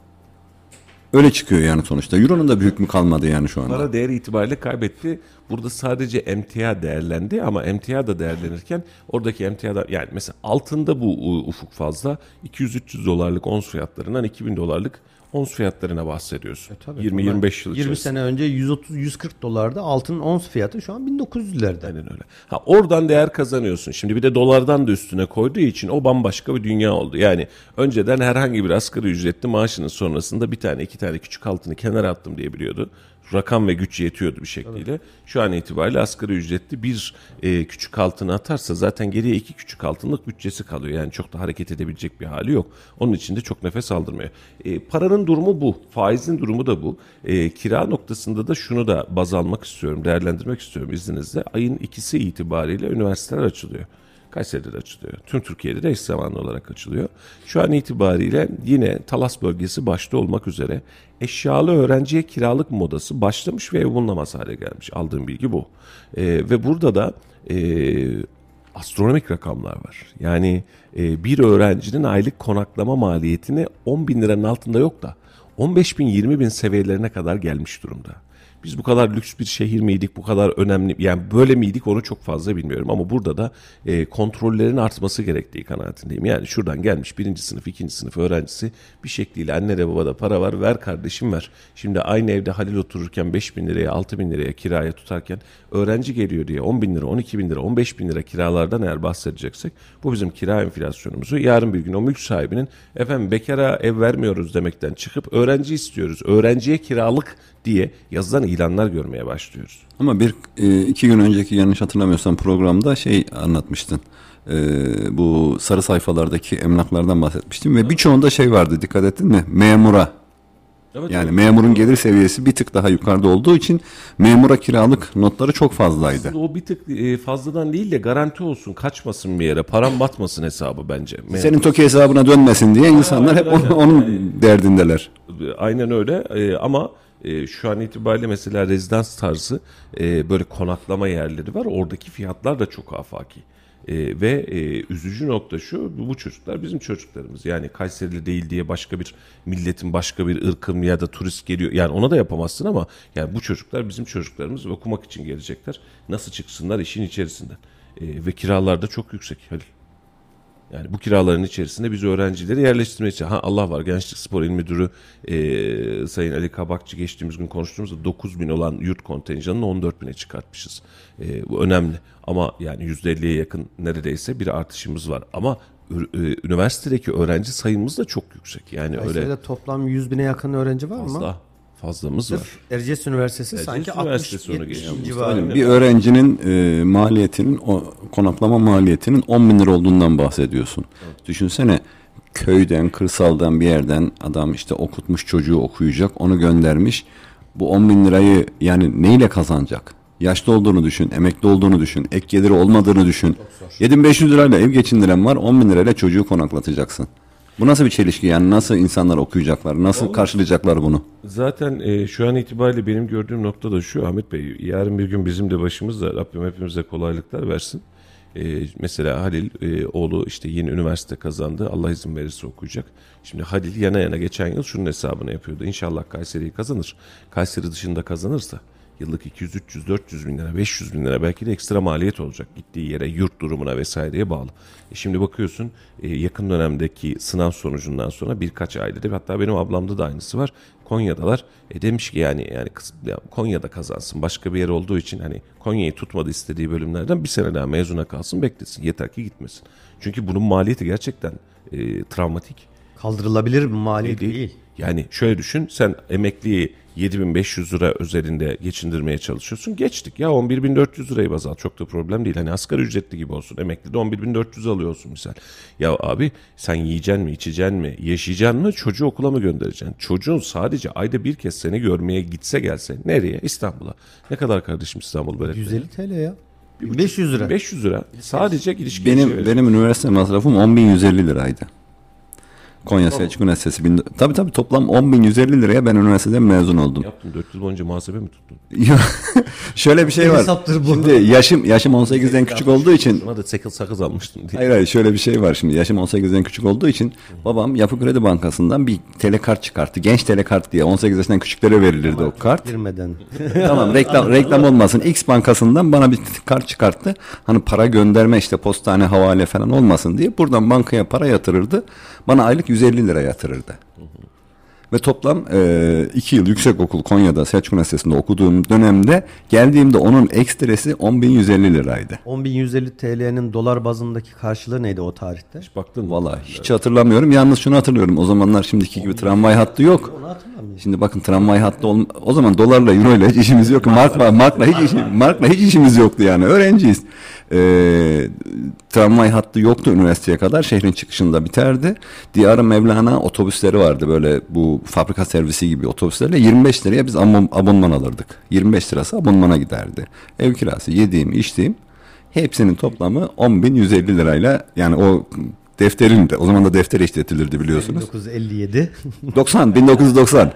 Öyle çıkıyor yani sonuçta. Euro'nun da bir hükmü kalmadı yani şu anda. Para değeri itibariyle kaybetti. Burada sadece emtia değerlendi ama emtia da değerlenirken oradaki emtiada yani mesela altında bu ufuk fazla 200-300 dolarlık ons fiyatlarından 2000 dolarlık ons fiyatlarına bahsediyorsun. 20-25 yıl içerisinde. 20 sene önce 130-140 dolarda altının ons fiyatı şu an 1900'lerde. Aynen öyle. Oradan değer kazanıyorsun. Şimdi bir de dolardan da üstüne koyduğu için o bambaşka bir dünya oldu. Yani önceden herhangi bir asgari ücretli maaşının sonrasında bir tane iki tane küçük altını kenara attım diye biliyordu. Rakam ve güç yetiyordu bir şekliyle. Evet. Şu an itibariyle asgari ücretli bir küçük altını atarsa zaten geriye 2 küçük altınlık bütçesi kalıyor. Yani çok da hareket edebilecek bir hali yok. Onun için de çok nefes aldırmıyor. Paranın durumu bu. Faizin durumu da bu. Kira noktasında da şunu da baz almak istiyorum, değerlendirmek istiyorum izninizle. Ayın 2'si itibariyle üniversiteler açılıyor. Kayseri'de de açılıyor. Tüm Türkiye'de de eş zamanlı olarak açılıyor. Şu an itibariyle yine Talas bölgesi başta olmak üzere eşyalı öğrenciye kiralık modası başlamış ve ev bulunamaz hale gelmiş. Aldığım bilgi bu. Ve burada da astronomik rakamlar var. Yani bir öğrencinin aylık konaklama maliyetini 10 bin liranın altında yok da 15 bin 20 bin seviyelerine kadar gelmiş durumda. Biz bu kadar lüks bir şehir miydik, bu kadar önemli, yani böyle miydik onu çok fazla bilmiyorum. Ama burada da kontrollerin artması gerektiği kanaatindeyim. Yani şuradan gelmiş 1. sınıf, 2. sınıf öğrencisi bir şekliyle anne de babada para var, ver kardeşim ver. Şimdi aynı evde Halil otururken 5 bin liraya, 6 bin liraya kiraya tutarken öğrenci geliyor diye 10 bin lira, 12 bin lira, 15 bin lira kiralardan eğer bahsedeceksek bu bizim kira enflasyonumuzu yarın bir gün o mülk sahibinin efendim bekara ev vermiyoruz demekten çıkıp öğrenci istiyoruz, öğrenciye kiralık diye yazılan ilanlar görmeye başlıyoruz. Ama 2 gün önceki yanlış hatırlamıyorsam programda anlatmıştın. Bu sarı sayfalardaki emlaklardan bahsetmiştim ve birçoğunda vardı, dikkat ettin mi? Memura. Evet, yani evet. Memurun gelir seviyesi bir tık daha yukarıda olduğu için memura kiralık notları çok fazlaydı. Aslında o bir tık fazladan değil de garanti olsun, kaçmasın bir yere, param batmasın hesabı bence. Senin TOKİ hesabına dönmesin diye insanlar hep onun derdindeler. Aynen öyle ama şu an itibariyle mesela rezidans tarzı böyle konaklama yerleri var. Oradaki fiyatlar da çok afaki. Ve üzücü nokta şu, bu çocuklar bizim çocuklarımız. Yani Kayserili değil diye başka bir milletin, başka bir ırkın ya da turist geliyor. Yani ona da yapamazsın ama yani bu çocuklar bizim çocuklarımız ve okumak için gelecekler. Nasıl çıksınlar işin içerisinden. Ve kiralar da çok yüksek Halil. Yani bu kiraların içerisinde biz öğrencileri yerleştirmeye çalışıyoruz. Allah var, Gençlik Spor İl Müdürü Sayın Ali Kabakçı geçtiğimiz gün konuştuğumuzda 9 bin olan yurt kontenjanını 14 bine çıkartmışız. Bu önemli ama yani %50'ye yakın neredeyse bir artışımız var. Ama üniversitedeki öğrenci sayımız da çok yüksek. Yani öyle toplam 100 bine yakın öğrenci var mı? Fazlamız var. Erciyes Üniversitesi sanki 60-70 civarında. Bir öğrencinin maliyetinin, konaklama maliyetinin 10 bin lira olduğundan bahsediyorsun. Evet. Düşünsene, köyden, kırsaldan bir yerden adam okutmuş, çocuğu okuyacak, onu göndermiş. Bu 10 bin lirayı yani neyle kazanacak? Yaşlı olduğunu düşün, emekli olduğunu düşün, ek geliri olmadığını düşün. 7500 lirayla ev geçindiren var, 10 bin lirayla çocuğu konaklatacaksın. Bu nasıl bir çelişki, yani nasıl insanlar okuyacaklar, nasıl karşılayacaklar bunu? Zaten şu an itibariyle benim gördüğüm nokta da şu Ahmet Bey, yarın bir gün bizim de başımızda, Rabbim hepimize kolaylıklar versin. Mesela Halil oğlu yeni üniversite kazandı, Allah izin verirse okuyacak. Şimdi Halil yana yana geçen yıl şunun hesabını yapıyordu, İnşallah Kayseri'yi kazanır, Kayseri dışında kazanırsa yıllık 200, 300, 400 bin lira, 500 bin lira belki de ekstra maliyet olacak. Gittiği yere, yurt durumuna vesaireye bağlı. Şimdi bakıyorsun yakın dönemdeki sınav sonucundan sonra birkaç ailedir. Hatta benim ablamda da aynısı var. Konya'dalar. Demiş ki yani Konya'da kazansın. Başka bir yer olduğu için hani Konya'yı tutmadı istediği bölümlerden bir sene daha mezuna kalsın, beklesin. Yeter ki gitmesin. Çünkü bunun maliyeti gerçekten travmatik. Kaldırılabilir bir maliyet değil. Yani şöyle düşün, sen emekliyi 7.500 lira üzerinde geçindirmeye çalışıyorsun. Geçtik ya 11.400 lirayı baz al, çok da problem değil. Hani asgari ücretli gibi olsun, emekli de 11.400 alıyorsun misal. Ya abi sen yiyeceksin mi, içeceksin mi, yaşayacaksın mı, çocuğu okula mı göndereceksin? Çocuğun sadece ayda bir kez seni görmeye gitse gelse nereye? İstanbul'a. Ne kadar kardeşim İstanbul böyle? 150 TL ya. 500 lira. 500 lira. Sadece gidiş benim üniversite masrafım 10.150 liraydı. Konya Selçuk Üniversitesi. Tabii toplam 10.150 liraya ben üniversiteden mezun oldum. Yaptın 4 yıl boyunca muhasebe mi tuttun? Şöyle bir şey var. Şimdi yaşım 18'den küçük olduğu için. Buna da sakız almıştın diye. Hayır şöyle bir şey var şimdi. Yaşım 18'den küçük olduğu için babam Yapı Kredi Bankası'ndan bir telekart çıkarttı. Genç telekart diye 18 yaşından küçüklere verilirdi o kart. Girmeden. Tamam reklam olmasın. X Bankası'ndan bana bir kart çıkarttı. Hani para gönderme postane havale falan olmasın diye. Buradan bankaya para yatırırdı. Bana aylık 150 lira yatırırdı. Ve toplam 2 yıl yüksekokul Konya'da Selçuk Üniversitesi'nde okuduğum dönemde geldiğimde onun ekstresi 10.150 liraydı. 10.150 TL'nin dolar bazındaki karşılığı neydi o tarihte? Hiç baktın mı? Vallahi hiç hatırlamıyorum. Yalnız şunu hatırlıyorum. O zamanlar şimdiki gibi tramvay hattı yok. Şimdi bakın tramvay hattı o zaman dolarla euro ile hiç işimiz yok. Markla hiç işimiz yoktu yani. Öğrenciyiz. Tramvay hattı yoktu üniversiteye kadar. Şehrin çıkışında biterdi. Diyar-ı Mevlana otobüsleri vardı böyle bu fabrika servisi gibi otobüslerle 25 liraya biz abonman alırdık. 25 lirası abonmana giderdi. Ev kirası, yediğim, içtiğim hepsinin toplamı 10.150 lirayla yani o defterin de o zaman da defter işletilirdi biliyorsunuz. 1957. 1990.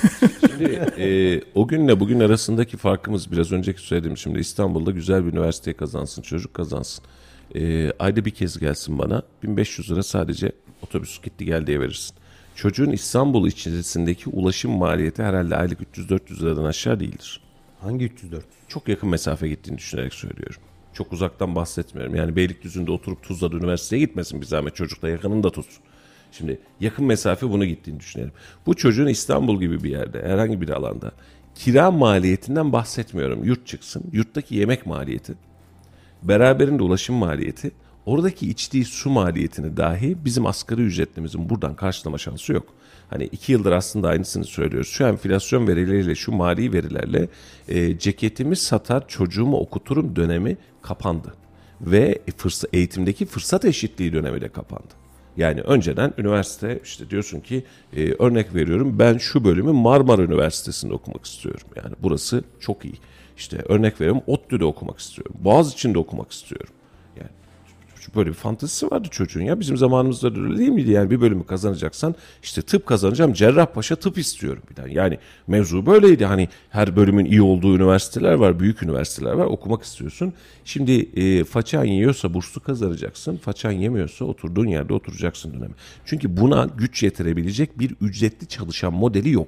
Şimdi o günle bugün arasındaki farkımız biraz önceki söylediğim, şimdi İstanbul'da güzel bir üniversiteye kazansın, çocuk kazansın. Ayda bir kez gelsin bana 1500 lira sadece otobüs gitti gel diye verirsin. Çocuğun İstanbul içerisindeki ulaşım maliyeti herhalde aylık 300-400 liradan aşağı değildir. Hangi 304? Çok yakın mesafe gittiğini düşünerek söylüyorum. Çok uzaktan bahsetmiyorum. Yani Beylikdüzü'nde oturup Tuzla'da üniversiteye gitmesin bir zahmet. Çocuk da yakınında tutsun. Şimdi yakın mesafe bunu gittiğini düşünelim. Bu çocuğun İstanbul gibi bir yerde, herhangi bir alanda kira maliyetinden bahsetmiyorum. Yurt çıksın. Yurttaki yemek maliyeti, beraberinde ulaşım maliyeti, oradaki içtiği su maliyetini dahi bizim asgari ücretlimizin buradan karşılama şansı yok. Hani 2 yıldır aslında aynısını söylüyoruz. Şu enflasyon verileriyle, şu mali verilerle ceketimi satar, çocuğumu okuturum dönemi kapandı. Ve eğitimdeki fırsat eşitliği dönemi de kapandı. Yani önceden üniversite işte diyorsun ki örnek veriyorum ben şu bölümü Marmara Üniversitesi'nde okumak istiyorum. Yani burası çok iyi. İşte örnek veriyorum ODTÜ'de okumak istiyorum. Boğaziçi'nde okumak istiyorum. Yani böyle bir fantezisi vardı çocuğun ya. Bizim zamanımızda da öyle değil miydi? Yani bir bölümü kazanacaksan işte tıp kazanacağım, Cerrahpaşa tıp istiyorum. Yani mevzu böyleydi. Hani her bölümün iyi olduğu üniversiteler var, büyük üniversiteler var. Okumak istiyorsun. Şimdi façan yiyorsa burslu kazanacaksın. Façan yemiyorsa oturduğun yerde oturacaksın dönemi. Çünkü buna güç yetirebilecek bir ücretli çalışan modeli yok.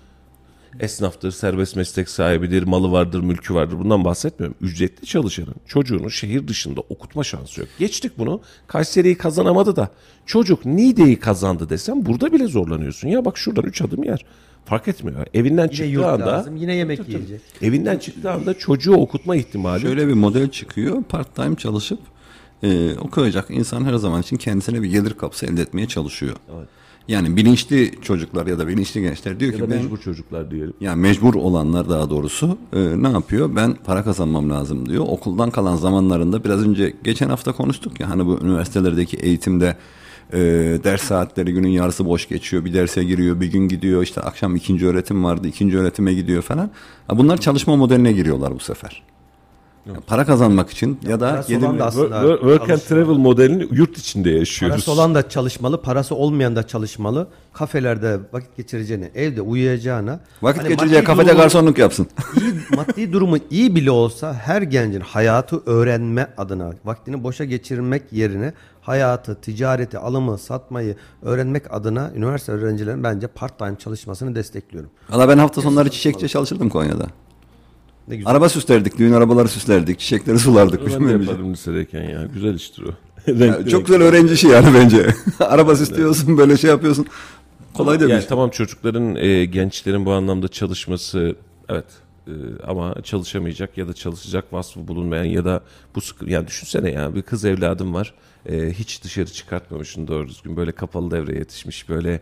Esnaftır, serbest meslek sahibidir, malı vardır, mülkü vardır. Bundan bahsetmiyorum. Ücretli çalışanın çocuğunu şehir dışında okutma şansı yok. Geçtik bunu. Kayseri'yi kazanamadı da çocuk Niğde'yi kazandı desem burada bile zorlanıyorsun. Ya bak şuradan 3 adım yer. Fark etmiyor. Evinden Yine çıktığı yurt anda lazım, yine yemek yiyecek. evinden çıktığı anda çocuğu okutma ihtimali. Şöyle bir model çıkıyor. Part time çalışıp okuyacak insan her zaman için kendisine bir gelir kapısı elde etmeye çalışıyor. Evet. Yani bilinçli çocuklar ya da bilinçli gençler diyor ya ki da mecbur çocuklar diyelim. Yani mecbur olanlar daha doğrusu ne yapıyor? Ben para kazanmam lazım diyor. Okuldan kalan zamanlarında biraz önce geçen hafta konuştuk ya hani bu üniversitelerdeki eğitimde ders saatleri günün yarısı boş geçiyor. Bir derse giriyor, bir gün gidiyor. İşte akşam ikinci öğretim vardı, ikinci öğretime gidiyor falan. Bunlar çalışma modeline giriyorlar bu sefer. Yani para kazanmak için ya da work and travel modelini yurt içinde yaşıyoruz. Parası olan da çalışmalı, parası olmayan da çalışmalı. Kafelerde vakit geçireceğine, evde uyuyacağına. Vakit geçireceği kafede garsonluk yapsın. Maddi durumu iyi bile olsa her gencin hayatı öğrenme adına, vaktini boşa geçirmek yerine hayatı, ticareti, alımı, satmayı öğrenmek adına üniversite öğrencilerinin bence part time çalışmasını destekliyorum. Valla ben hafta sonları çiçekçi çalışırdım Konya'da. Araba süslerdik, düğün arabaları süslerdik, çiçekleri sulardık. Ben de yapardım lisedeyken ya. Güzel iştir o. Çok güzel öğrenci işi yani bence. Araba süslüyorsun, böyle şey yapıyorsun. Kolay değil. Yani tamam çocukların, gençlerin bu anlamda çalışması evet ama çalışamayacak ya da çalışacak vasfı bulunmayan ya da bu yani düşünsene ya bir kız evladım var. Hiç dışarı çıkartmamışsın doğru düzgün. Böyle kapalı devreye yetişmiş. Böyle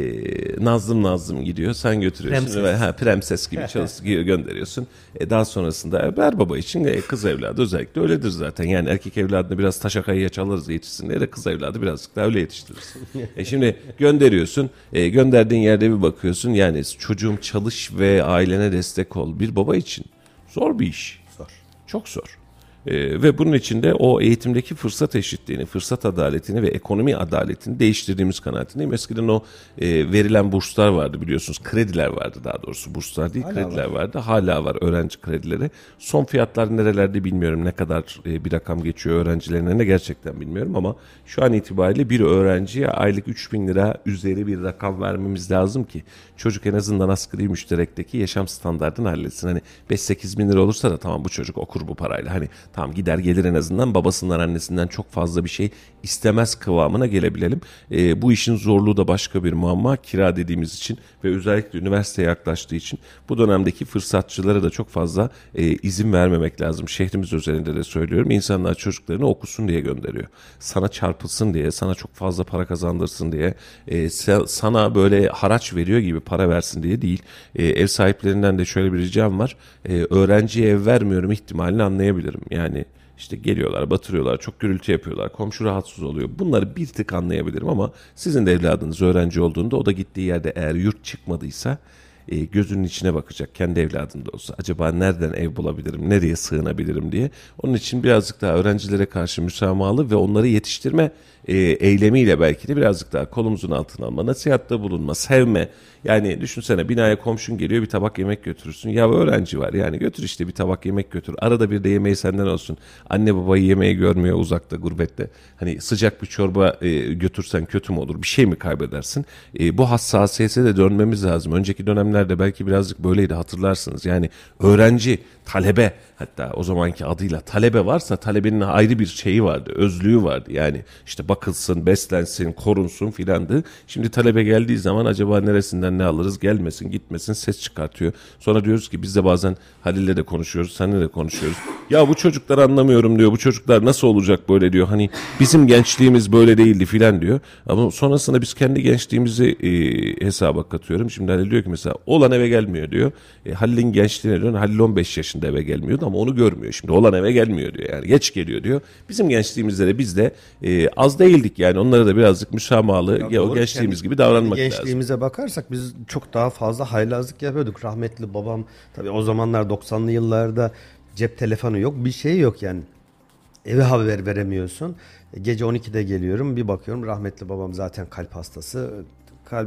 nazlım gidiyor. Sen götürüyorsun. Prenses gibi gönderiyorsun. Daha sonrasında ver baba için kız evladı özellikle öyledir zaten. Yani erkek evladını biraz taşa kayıya çalarız yetişsin diye de kız evladı birazcık daha öyle yetiştirirsin. Şimdi gönderiyorsun. Gönderdiğin yerde bir bakıyorsun. Yani çocuğum çalış ve ailene destek ol. Bir baba için zor bir iş. Zor. Çok zor. Ve bunun içinde o eğitimdeki fırsat eşitliğini, fırsat adaletini ve ekonomi adaletini değiştirdiğimiz kanaatindeyim. Eskiden o verilen burslar vardı biliyorsunuz. Krediler vardı daha doğrusu. Burslar değil, krediler vardı. Hala var öğrenci kredileri. Son fiyatlar nerelerde bilmiyorum. Ne kadar bir rakam geçiyor öğrencilerine ne gerçekten bilmiyorum ama şu an itibariyle bir öğrenciye aylık 3.000 lira üzeri bir rakam vermemiz lazım ki çocuk en azından asgari müşterekteki yaşam standartını halletsin. Hani 5-8 bin lira olursa da tamam bu çocuk okur bu parayla. Hani tamam gider gelir en azından babasından annesinden çok fazla bir şey istemez kıvamına gelebilelim. Bu işin zorluğu da başka bir muamma. Kira dediğimiz için ve özellikle üniversiteye yaklaştığı için bu dönemdeki fırsatçılara da çok fazla izin vermemek lazım. Şehrimiz özelinde de söylüyorum. İnsanlar çocuklarını okusun diye gönderiyor. Sana çarpılsın diye, sana çok fazla para kazandırsın diye, sana böyle haraç veriyor gibi para versin diye değil. Ev sahiplerinden de şöyle bir ricam var. Öğrenciye ev vermiyorum ihtimalini anlayabilirim. Yani işte geliyorlar, batırıyorlar, çok gürültü yapıyorlar, komşu rahatsız oluyor. Bunları bir tık anlayabilirim ama sizin de evladınız öğrenci olduğunda o da gittiği yerde eğer yurt çıkmadıysa gözünün içine bakacak kendi evladında olsa. Acaba nereden ev bulabilirim, nereye sığınabilirim diye. Onun için birazcık daha öğrencilere karşı müsamahalı ve onları yetiştirme eylemiyle belki de birazcık daha kolumuzun altına alma, nasihatta bulunma, sevme. Yani düşünsene binaya komşun geliyor bir tabak yemek götürürsün. Ya öğrenci var yani götür işte bir tabak yemek götür. Arada bir de yemeği senden olsun. Anne babayı yemeği görmüyor uzakta gurbette. Hani sıcak bir çorba götürsen kötü mü olur bir şey mi kaybedersin? Bu hassasiyete de dönmemiz lazım. Önceki dönemlerde belki birazcık böyleydi hatırlarsınız. Yani öğrenci, talebe hatta o zamanki adıyla talebe varsa talebenin ayrı bir şeyi vardı. Özlüğü vardı. Yani işte bakılsın, beslensin, korunsun filandı. Şimdi talebe geldiği zaman acaba neresinden ne alırız? Gelmesin, gitmesin ses çıkartıyor. Sonra diyoruz ki biz de bazen Halil'le de konuşuyoruz, seninle de konuşuyoruz. Ya bu çocuklar anlamıyorum diyor. Bu çocuklar nasıl olacak böyle diyor. Hani bizim gençliğimiz böyle değildi filan diyor. Ama sonrasında biz kendi gençliğimizi hesaba katıyorum. Şimdi Halil diyor ki mesela oğlan eve gelmiyor diyor. Halil'in gençliğine diyor. Halil 15 yaşında eve gelmiyordu ama onu görmüyor. Şimdi oğlan eve gelmiyor diyor. Yani geç geliyor diyor. Bizim gençliğimizde de biz de az değildik yani. Onlara da birazcık müsamahalı ya o gençliğimiz gibi davranmak lazım. Gençliğimize bakarsak biz çok daha fazla haylazlık yapıyorduk. Rahmetli babam tabii o zamanlar 90'lı yıllarda cep telefonu yok, bir şey yok yani. Eve haber veremiyorsun. Gece 12'de geliyorum bir bakıyorum rahmetli babam zaten kalp hastası. Kalp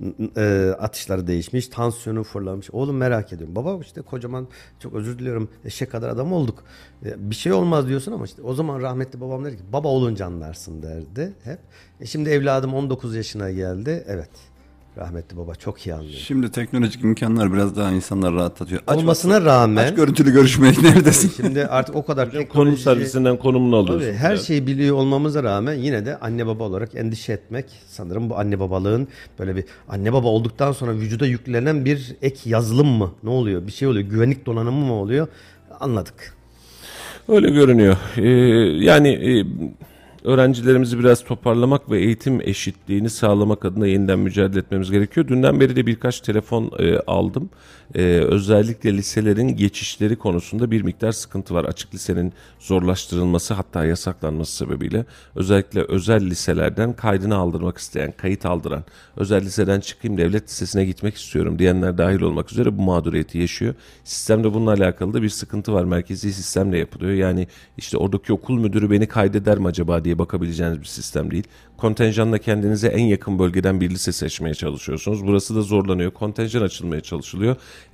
atışları değişmiş, tansiyonu fırlamış. Oğlum merak ediyorum. Baba işte kocaman çok özür diliyorum eşek kadar adam olduk. Bir şey olmaz diyorsun ama işte o zaman rahmetli babam der ki baba olunca anlarsın derdi hep. Şimdi evladım 19 yaşına geldi. Evet. Rahmetli baba çok iyi anlıyor. Şimdi teknolojik imkanlar biraz daha insanları rahatlatıyor. Olmasına rağmen aç görüntülü görüşmeye neredesin? şimdi artık o kadar Konum teknoloji servisinden konumunu alıyorsun. tabii, her şeyi biliyor olmamıza rağmen yine de anne baba olarak endişe etmek sanırım bu anne babalığın böyle bir anne baba olduktan sonra vücuda yüklenen bir ek yazılım mı? Ne oluyor? Bir şey oluyor. Güvenlik donanımı mı oluyor? Anladık. Öyle görünüyor. Öğrencilerimizi biraz toparlamak ve eğitim eşitliğini sağlamak adına yeniden mücadele etmemiz gerekiyor. Dünden beri de birkaç telefon aldım. Özellikle liselerin geçişleri konusunda bir miktar sıkıntı var. Açık lisenin zorlaştırılması hatta yasaklanması sebebiyle özellikle özel liselerden kaydını aldırmak isteyen, kayıt aldıran, özel liseden çıkayım devlet lisesine gitmek istiyorum diyenler dahil olmak üzere bu mağduriyeti yaşıyor. Sistemde bununla alakalı da bir sıkıntı var. Merkezi sistemle yapılıyor. Yani işte oradaki okul müdürü beni kaydeder mi acaba diye bakabileceğiniz bir sistem değil. Kontenjanla kendinize en yakın bölgeden bir lise seçmeye çalışıyorsunuz. Burası da zorlanıyor. Kontenjan açılmaya çalışılıyor.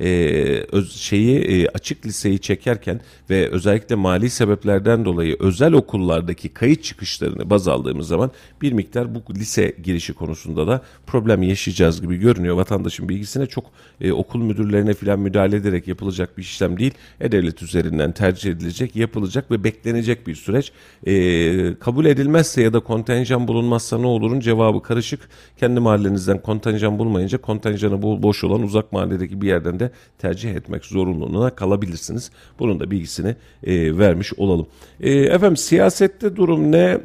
Açık liseyi çekerken ve özellikle mali sebeplerden dolayı özel okullardaki kayıt çıkışlarını baz aldığımız zaman bir miktar bu lise girişi konusunda da problem yaşayacağız gibi görünüyor. Vatandaşın bilgisine çok okul müdürlerine falan müdahale ederek yapılacak bir işlem değil. E-Devlet üzerinden tercih edilecek, yapılacak ve beklenecek bir süreç. Kabul edilmezse ya da kontenjan bulunmazsa ne olurun cevabı karışık. Kendi mahallenizden kontenjan bulmayınca kontenjanı boş olan uzak mahalledeki bir yerden de tercih etmek zorunluluğuna kalabilirsiniz. Bunun da bilgisini vermiş olalım. Efendim siyasette durum ne?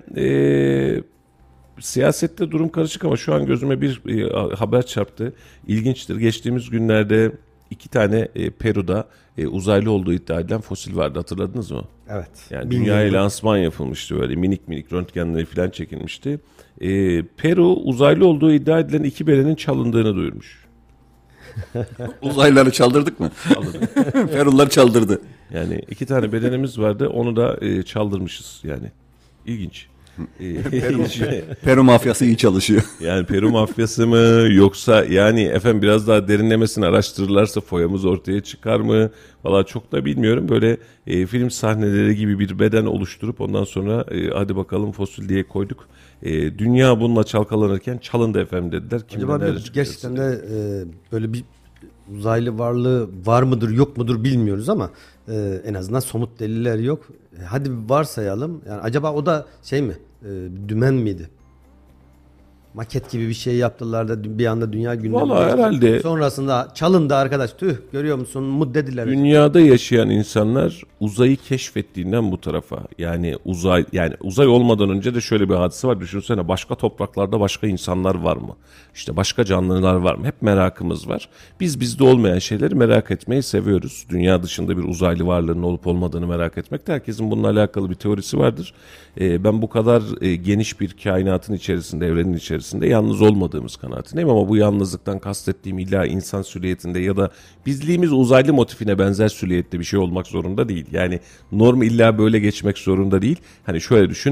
Siyasette durum karışık ama şu an gözüme bir haber çarptı. İlginçtir. Geçtiğimiz günlerde 2 tane Peru'da uzaylı olduğu iddia edilen fosil vardı. Hatırladınız mı? Evet. Yani dünyaya lansman yapılmıştı böyle minik röntgenleri falan çekilmişti. Peru uzaylı olduğu iddia edilen 2 belenin çalındığını duyurmuş. Uzaylıları çaldırdık mı? Çaldırdık. Ferullar çaldırdı. Yani 2 tane bedenimiz vardı onu da çaldırmışız yani. İlginç. Peru mafyası iyi çalışıyor. Yani Peru mafyası mı yoksa yani efendim biraz daha derinlemesine araştırırlarsa foyamız ortaya çıkar mı? Valla çok da bilmiyorum. Böyle film sahneleri gibi bir beden oluşturup ondan sonra hadi bakalım fosil diye koyduk. Dünya bununla çalkalanırken çalındı efendim dediler. Acaba gerçekten de böyle bir uzaylı varlığı var mıdır yok mudur bilmiyoruz ama en azından somut deliller yok. Hadi varsayalım. Yani acaba o da şey mi? Dümen miydi? Maket gibi bir şey yaptılar da bir anda dünya gündemi. Vallahi değişti. herhalde Sonrasında çalındı arkadaş. Tüh görüyor musun? Mut dediler. dünyada yaşayan insanlar uzayı keşfettiğinden bu tarafa, yani uzay olmadan önce de şöyle bir hadise var. Düşünsene, başka topraklarda başka insanlar var mı? İşte başka canlılar var mı? Hep merakımız var. Biz bizde olmayan şeyleri merak etmeyi seviyoruz. Dünya dışında bir uzaylı varlığının olup olmadığını merak etmek de, herkesin bununla alakalı bir teorisi vardır. Ben bu kadar geniş bir kainatın içerisinde, evrenin içerisinde yalnız olmadığımız kanaatindeyim, ama bu yalnızlıktan kastettiğim illa insan süliyetinde ya da bizliğimiz uzaylı motifine benzer süliyette bir şey olmak zorunda değil. Yani norm illa böyle geçmek zorunda değil. Hani şöyle düşün,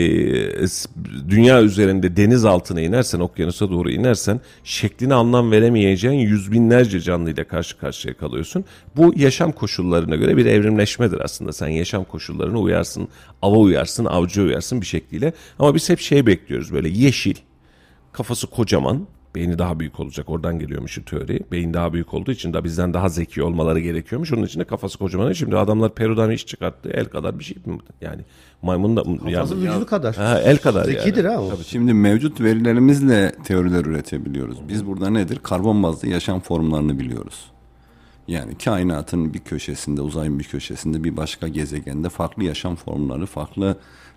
dünya üzerinde deniz altına inersen, okyanusa doğru inersen şekline anlam veremeyeceğin yüz binlerce canlıyla karşı karşıya kalıyorsun. Bu yaşam koşullarına göre bir evrimleşmedir aslında. Sen yaşam koşullarına uyarsın, ava uyarsın, avcı uyarsın bir şekliyle. Ama biz hep şey bekliyoruz, böyle yeşil, kafası kocaman, beyni daha büyük olacak. Oradan geliyormuş teori. Beyin daha büyük olduğu için de bizden daha zeki olmaları gerekiyormuş. Onun için de kafası kocaman. Şimdi adamlar Peru'dan iş çıkarttı. El kadar bir şey mi? Yani maymun da... Kafası vücudu kadar. Ha, el kadar Zekidir yani. ha o. Şimdi mevcut verilerimizle teoriler üretebiliyoruz. Biz burada nedir? Karbon bazlı yaşam formlarını biliyoruz. Yani kainatın bir köşesinde, uzayın bir köşesinde, bir başka gezegende farklı yaşam formları, farklı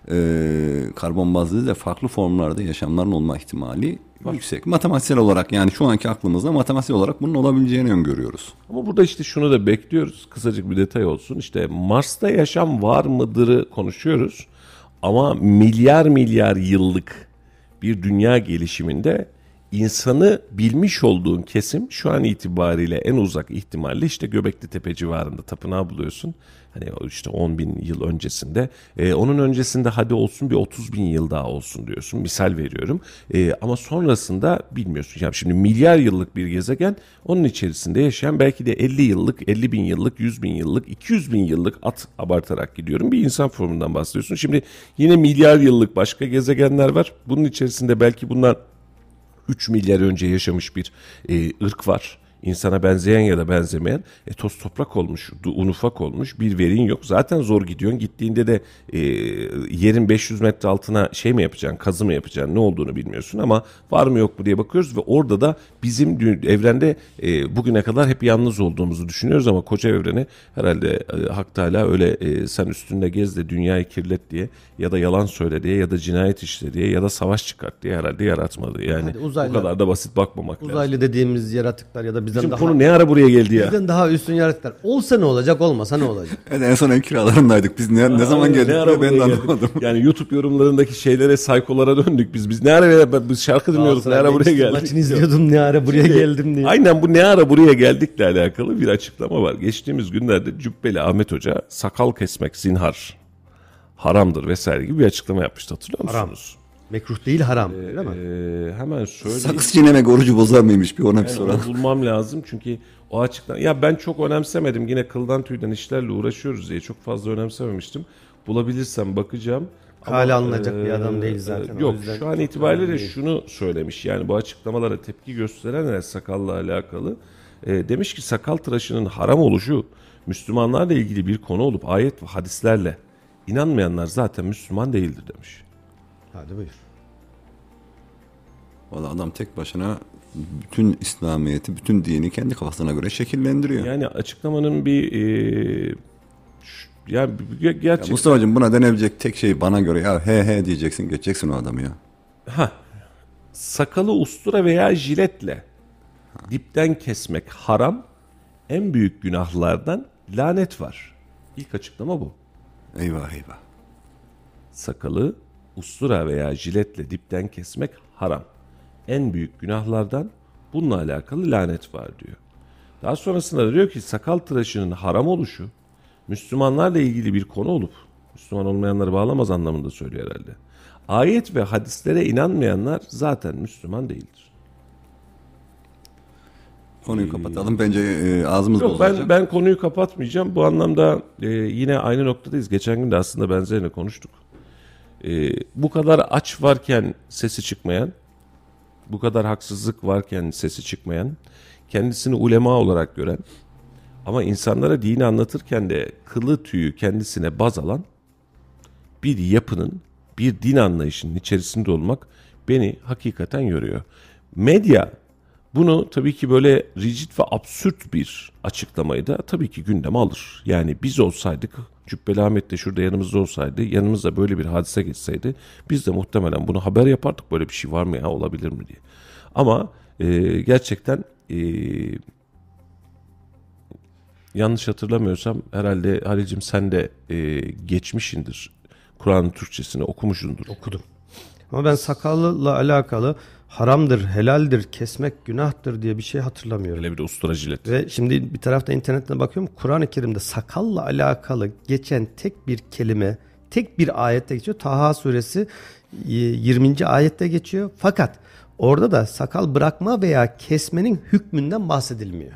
karbon bazlı da farklı formlarda yaşamların olma ihtimali yüksek. Matematiksel olarak, yani şu anki aklımızda matematiksel olarak bunun olabileceğini öngörüyoruz. Ama burada işte şunu da bekliyoruz. Kısacık bir detay olsun. İşte Mars'ta yaşam var mıdırı konuşuyoruz. Ama milyar milyar yıllık bir dünya gelişiminde insanı bilmiş olduğun kesim şu an itibariyle en uzak ihtimalle işte Göbekli Tepe civarında tapınağı buluyorsun. Hani işte 10 bin yıl öncesinde. Onun öncesinde hadi olsun bir 30 bin yıl daha olsun diyorsun. Misal veriyorum. Ama sonrasında bilmiyorsun. Yani şimdi milyar yıllık bir gezegen, onun içerisinde yaşayan belki de 50 yıllık, 50 bin yıllık, 100 bin yıllık, 200 bin yıllık, abartarak gidiyorum, bir insan formundan bahsediyorsun. Şimdi yine milyar yıllık başka gezegenler var. Bunun içerisinde belki bunlar 3 milyar önce yaşamış bir ırk var. İnsana benzeyen ya da benzemeyen, toz toprak olmuş, un ufak olmuş, bir verin yok. Zaten zor gidiyorsun. Gittiğinde de yerin 500 metre altına şey mi yapacaksın, kazı mı yapacaksın, ne olduğunu bilmiyorsun, ama var mı yok mu diye bakıyoruz ve orada da bizim evrende bugüne kadar hep yalnız olduğumuzu düşünüyoruz, ama koca evreni herhalde Hak Teala öyle sen üstünde gez de dünyayı kirlet diye ya da yalan söyle diye ya da cinayet işle diye ya da savaş çıkart diye herhalde yaratmadı. Yani bu kadar da basit bakmamak lazım. Uzaylı dediğimiz yaratıklar ya da bizden Bizim daha... konu ne ara buraya geldi ya? Bizden daha üstün yaratıklar. Olsa ne olacak, olmasa ne olacak? Evet, en son ev kiralarındaydık. Biz ne zaman geldik ara ben de buraya geldik? anlamadım. Yani YouTube yorumlarındaki şeylere, saykolara döndük biz. Biz ne ara, biz şarkı dinliyorduk, ne ara buraya geldik? Maçını izliyordum, ne ara buraya geldim diye. Aynen, bu ne ara buraya geldikle alakalı bir açıklama var. Geçtiğimiz günlerde Cübbeli Ahmet Hoca sakal kesmek zinhar, haramdır vesaire gibi bir açıklama yapmıştı, hatırlıyor musunuz? Mekruh değil, haram değil mi? Hemen söyleyeyim. Sakız çiğnemek orucu bozar mıymış, bir ona bir soralım. Onu bulmam lazım çünkü o açıklama... Ya ben çok önemsemedim. Yine kıldan tüyden işlerle uğraşıyoruz diye çok fazla önemsememiştim. Bulabilirsem bakacağım. Kale alınacak bir adam değil zaten. Yok, şu an itibariyle şunu söylemiş. Yani bu açıklamalara tepki gösterenler sakalla alakalı. Demiş ki sakal tıraşının haram oluşu Müslümanlarla ilgili bir konu olup ayet ve hadislerle inanmayanlar zaten Müslüman değildir demiş. Hadi buyur. Valla adam tek başına bütün İslamiyet'i, bütün dini kendi kafasına göre şekillendiriyor. Yani açıklamanın bir gerçekten... Ya Mustafa'cığım, buna denebilecek tek şey bana göre ya he diyeceksin, geçeceksin o adamı ya. Sakalı ustura veya jiletle dipten kesmek haram, en büyük günahlardan lanet var. İlk açıklama bu. Eyvah. Sakalı ustura veya jiletle dipten kesmek haram. En büyük günahlardan, bununla alakalı lanet var diyor. Daha sonrasında da diyor ki sakal tıraşının haram oluşu Müslümanlarla ilgili bir konu olup Müslüman olmayanları bağlamaz anlamında söylüyor herhalde. Ayet ve hadislere inanmayanlar zaten Müslüman değildir. Konuyu kapatalım. Bence ağzımız bozulacak. Ben konuyu kapatmayacağım. Bu anlamda yine aynı noktadayız. Geçen gün de aslında benzerini konuştuk. Bu kadar aç varken sesi çıkmayan, bu kadar haksızlık varken sesi çıkmayan, kendisini ulema olarak gören ama insanlara dini anlatırken de kılı tüyü kendisine baz alan bir yapının, bir din anlayışının içerisinde olmak beni hakikaten yoruyor. Medya bunu tabii ki böyle rigid ve absürt bir açıklamayı da tabii ki gündeme alır. Yani biz olsaydık, Cübbeli Ahmet de şurada yanımızda olsaydı, yanımızda böyle bir hadise geçseydi biz de muhtemelen bunu haber yapardık, böyle bir şey var mı ya, olabilir mi diye. Ama gerçekten yanlış hatırlamıyorsam herhalde Halil'cim sen de geçmişindir. Kur'an'ın Türkçesini okumuşsundur. Okudum. Ama ben sakalla alakalı haramdır, helaldir, kesmek günahtır diye bir şey hatırlamıyorum. Öyle bir de ustura jilet. Ve şimdi bir tarafta internetten bakıyorum. Kur'an-ı Kerim'de sakalla alakalı geçen tek bir kelime, tek bir ayette geçiyor. Taha suresi 20. ayette geçiyor. Fakat orada da sakal bırakma veya kesmenin hükmünden bahsedilmiyor.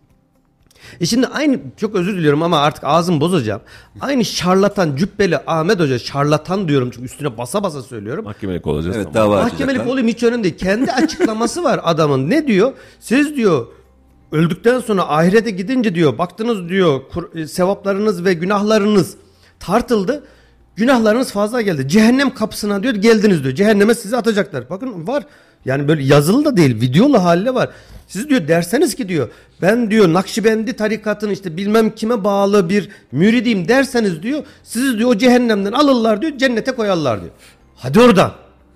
Şimdi aynı, çok özür diliyorum ama artık ağzımı bozacağım. Aynı şarlatan Cübbeli Ahmet Hoca, şarlatan diyorum çünkü üstüne basa basa söylüyorum. Mahkemelik olacağız. Evet, tamam. dava Mahkemelik açacaklar. olayım hiç önemli değil. Kendi açıklaması var adamın. Ne diyor? Siz diyor öldükten sonra ahirete gidince diyor baktınız diyor sevaplarınız ve günahlarınız tartıldı. Günahlarınız fazla geldi. Cehennem kapısına diyor geldiniz diyor. Cehenneme sizi atacaklar. Bakın var. Yani böyle yazılı da değil, videolu haliyle var. Siz diyor derseniz ki diyor ben diyor Nakşibendi tarikatın işte bilmem kime bağlı bir müridiyim derseniz diyor sizi diyor o cehennemden alırlar diyor cennete koyarlar diyor. Hadi oradan.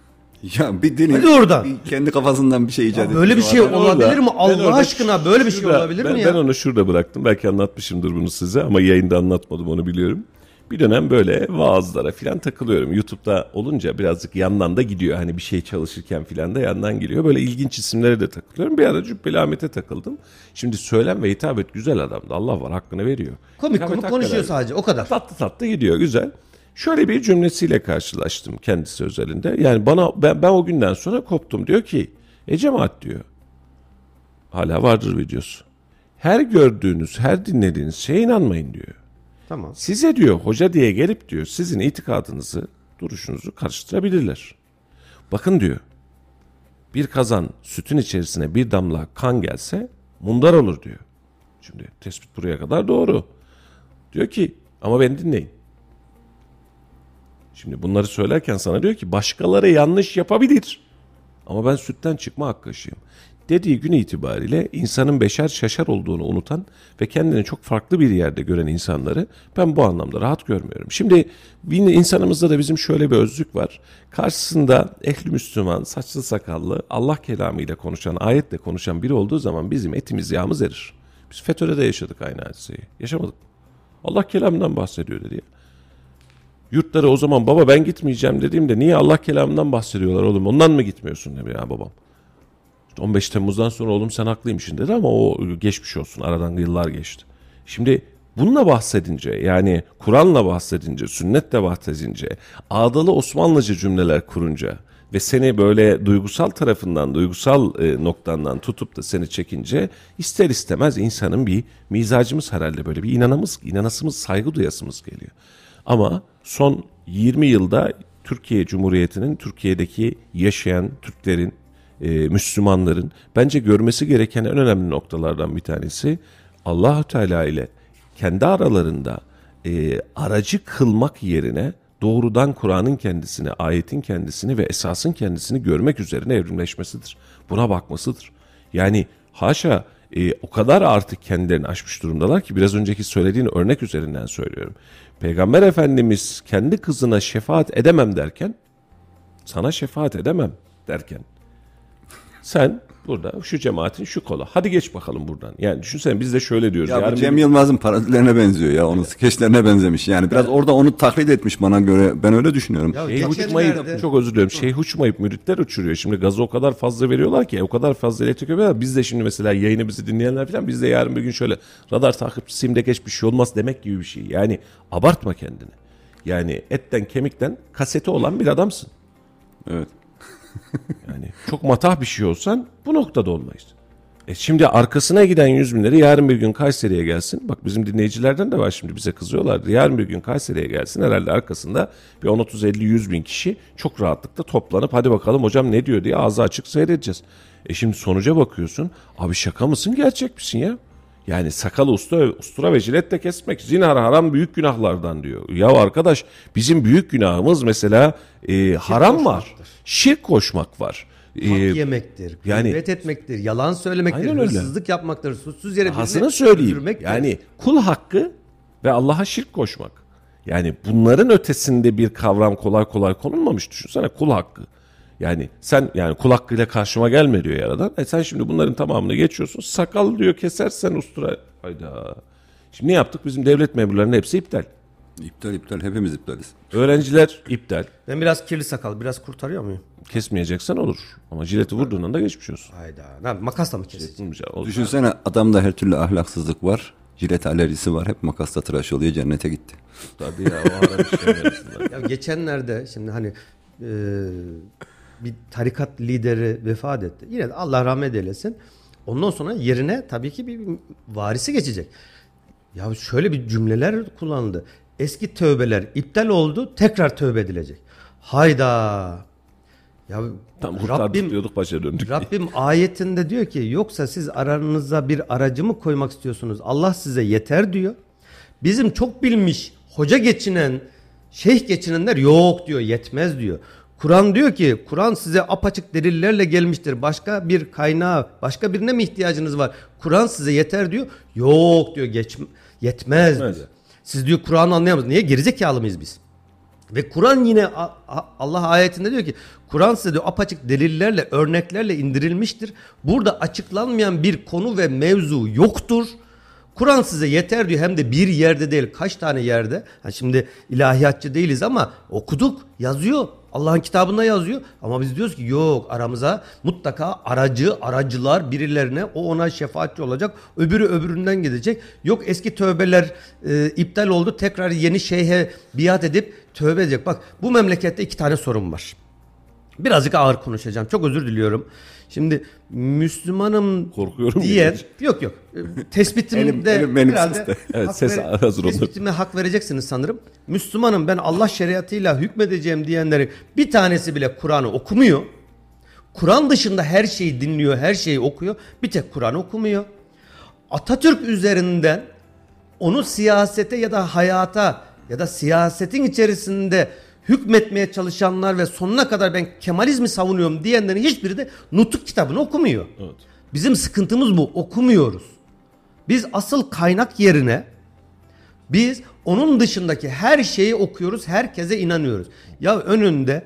Ya bir dinin Hadi oradan. kendi kafasından bir şey icat etmiş. Böyle bir şey Ben olabilir orada- mi? ben Allah orada aşkına böyle bir şey şurada- olabilir ben, mi ya? Ben onu şurada bıraktım. Belki anlatmışımdır bunu size ama yayında anlatmadım, onu biliyorum. Bir dönem böyle vaazlara filan takılıyorum. YouTube'da olunca birazcık yandan da gidiyor. Hani bir şey çalışırken filan da yandan geliyor. Böyle ilginç isimlere de takılıyorum. Bir ara Cübbeli Ahmet'e takıldım. Şimdi söylem ve hitabet güzel adamdı. Allah var, hakkını veriyor. Komik Hitabet komik hakikaten konuşuyor sadece o kadar. tatlı tatlı gidiyor, güzel. Şöyle bir cümlesiyle karşılaştım kendisi özelinde. Yani ben o günden sonra koptum. Diyor ki cemaat diyor. Hala vardır videosu. Her gördüğünüz, her dinlediğiniz şeye inanmayın diyor. Tamam. Size diyor hoca diye gelip diyor sizin itikadınızı, duruşunuzu karıştırabilirler. Bakın diyor, bir kazan sütün içerisine bir damla kan gelse mundar olur diyor. Şimdi tespit buraya kadar doğru. Diyor ki ama beni dinleyin. Şimdi bunları söylerken sana diyor ki başkaları yanlış yapabilir. Ama ben sütten çıkma hakkışıyım. Dediği gün itibariyle insanın beşer şaşar olduğunu unutan ve kendini çok farklı bir yerde gören insanları ben bu anlamda rahat görmüyorum. Şimdi insanımızda da bizim şöyle bir özlük var. Karşısında ehli Müslüman, saçlı sakallı, Allah kelamıyla konuşan, ayetle konuşan biri olduğu zaman bizim etimiz yağımız erir. Biz FETÖ'de de yaşadık aynı hadiseyi. Yaşamadık. Allah kelamından bahsediyor dedi ya. Yurtları o zaman baba ben gitmeyeceğim dediğimde niye Allah kelamından bahsediyorlar oğlum, ondan mı gitmiyorsun dedi ya babam. 15 Temmuz'dan sonra oğlum sen haklıymışsın dedi ama o geçmiş olsun, aradan yıllar geçti. Şimdi bununla bahsedince, yani Kur'an'la bahsedince, sünnetle bahsedince, ağdalı Osmanlıca cümleler kurunca ve seni böyle duygusal tarafından, duygusal noktandan tutup da seni çekince ister istemez insanın bir mizacımız herhalde böyle bir inanasımız, saygı duyasımız geliyor. Ama son 20 yılda Türkiye Cumhuriyeti'nin, Türkiye'deki yaşayan Türklerin, Müslümanların bence görmesi gereken en önemli noktalardan bir tanesi Allah-u Teala ile kendi aralarında aracı kılmak yerine doğrudan Kur'an'ın kendisini, ayetin kendisini ve esasın kendisini görmek üzerine evrimleşmesidir. Buna bakmasıdır. Yani haşa o kadar artık kendilerini aşmış durumdalar ki biraz önceki söylediğin örnek üzerinden söylüyorum. Peygamber Efendimiz kendi kızına şefaat edemem derken, sana şefaat edemem derken, sen burada şu cemaatin şu kolu. Hadi geç bakalım buradan. Yani düşünsene biz de şöyle diyoruz. Ya bu Yarın Cem Yılmaz'ın parodilerine benziyor ya. Onun skeçlerine benzemiş. Yani biraz orada onu taklit etmiş bana göre. Ben öyle düşünüyorum. Ya Şeyh geçenlerde- uçmayıp, çok özür diliyorum. Şeyh uçmayıp müritler uçuruyor. Şimdi gazı o kadar fazla veriyorlar ki, o kadar fazla elektrik veriyorlar. Biz de şimdi mesela yayını bizi dinleyenler falan, biz de yarın bir gün şöyle radar takipçisiyim de geç bir şey olmaz demek gibi bir şey. Yani abartma kendini. Yani etten kemikten kaseti olan bir adamsın. Evet. Yani çok matah bir şey olsan bu noktada olmayız. Şimdi arkasına giden 100 binleri yarın bir gün Kayseri'ye gelsin. Bak bizim dinleyicilerden de var şimdi bize kızıyorlar. Yarın bir gün Kayseri'ye gelsin. Herhalde arkasında bir 10, 30, 50, 100 bin kişi çok rahatlıkla toplanıp hadi bakalım hocam ne diyor diye ağzı açık seyredeceğiz. Şimdi sonuca bakıyorsun. Abi şaka mısın gerçek misin ya? Yani sakalı ustura ve jiletle kesmek zinhar haram büyük günahlardan diyor. Ya arkadaş bizim büyük günahımız mesela haram var. Şirk koşmak var. Hak yemektir, gıybet etmektir, yalan söylemektir, hırsızlık yapmaktır, suçsuz yere hasını söyleyeyim. Yani kul hakkı ve Allah'a şirk koşmak. Yani bunların ötesinde bir kavram kolay kolay konulmamış. Düşünsene kul hakkı. Yani sen yani kul hakkıyla karşıma gelme diyor yaradan. Sen şimdi bunların tamamını geçiyorsun. Sakal diyor kesersen ustura. Hayda. Şimdi ne yaptık? Bizim devlet memurlarının hepsi iptal. İptal hepimiz iptaliz. Öğrenciler iptal. Ben biraz kirli sakal biraz kurtarıyor muyum? Kesmeyeceksen olur. Ama jileti vurduğun anda geçmiş olsun. Hayda. Makasla mı keseceğim? Düşünsene adamda her türlü ahlaksızlık var. Jilet alerjisi var. Hep makasla tıraş oluyor. Cennete gitti. Tabii ya o ara bir şey verirsinler. Ya geçenlerde şimdi hani bir tarikat lideri vefat etti. Yine de Allah rahmet eylesin. Ondan sonra yerine tabii ki bir varisi geçecek. Ya şöyle bir cümleler kullanıldı. Eski tövbeler iptal oldu, tekrar tövbe edilecek. Hayda. Ya Tam kurtardık diyorduk başa döndük. Rabbim ayetinde diyor ki yoksa siz aranıza bir aracı mı koymak istiyorsunuz? Allah size yeter diyor. Bizim çok bilmiş hoca geçinen, şeyh geçinenler yok diyor, yetmez diyor. Kur'an diyor ki Kur'an size apaçık delillerle gelmiştir. Başka bir kaynağa, başka birine mi ihtiyacınız var? Kur'an size yeter diyor. Yok diyor, yetmez diyor. Siz diyor Kur'an'ı anlayamazsınız. Niye? Gerizekalı mıyız biz? Ve Kur'an yine Allah ayetinde diyor ki Kur'an size diyor apaçık delillerle, örneklerle indirilmiştir. Burada açıklanmayan bir konu ve mevzu yoktur. Kur'an size yeter diyor, hem de bir yerde değil kaç tane yerde. Şimdi ilahiyatçı değiliz ama okuduk, yazıyor. Allah'ın kitabında yazıyor ama biz diyoruz ki yok, aramıza mutlaka aracılar birilerine, o ona şefaatçi olacak, öbürü öbüründen gidecek. Yok eski tövbeler iptal oldu, tekrar yeni şeyhe biat edip tövbe edecek. Bak bu memlekette 2 tane sorun var. Birazcık ağır konuşacağım, çok özür diliyorum. Şimdi Müslümanım korkuyorum diye yok tespitimde elim herhalde evet, ses hazır olur. Tespitime hak vereceksiniz sanırım. Müslümanım ben, Allah şeriatıyla hükmedeceğim diyenlerin bir tanesi bile Kur'an'ı okumuyor. Kur'an dışında her şeyi dinliyor, her şeyi okuyor. Bir tek Kur'an okumuyor. Atatürk üzerinden onu siyasete ya da hayata ya da siyasetin içerisinde hükmetmeye çalışanlar ve sonuna kadar ben Kemalizmi savunuyorum diyenlerin hiçbiri de Nutuk kitabını okumuyor. Evet. Bizim sıkıntımız bu. Okumuyoruz. Biz asıl kaynak yerine biz onun dışındaki her şeyi okuyoruz. Herkese inanıyoruz. Ya önünde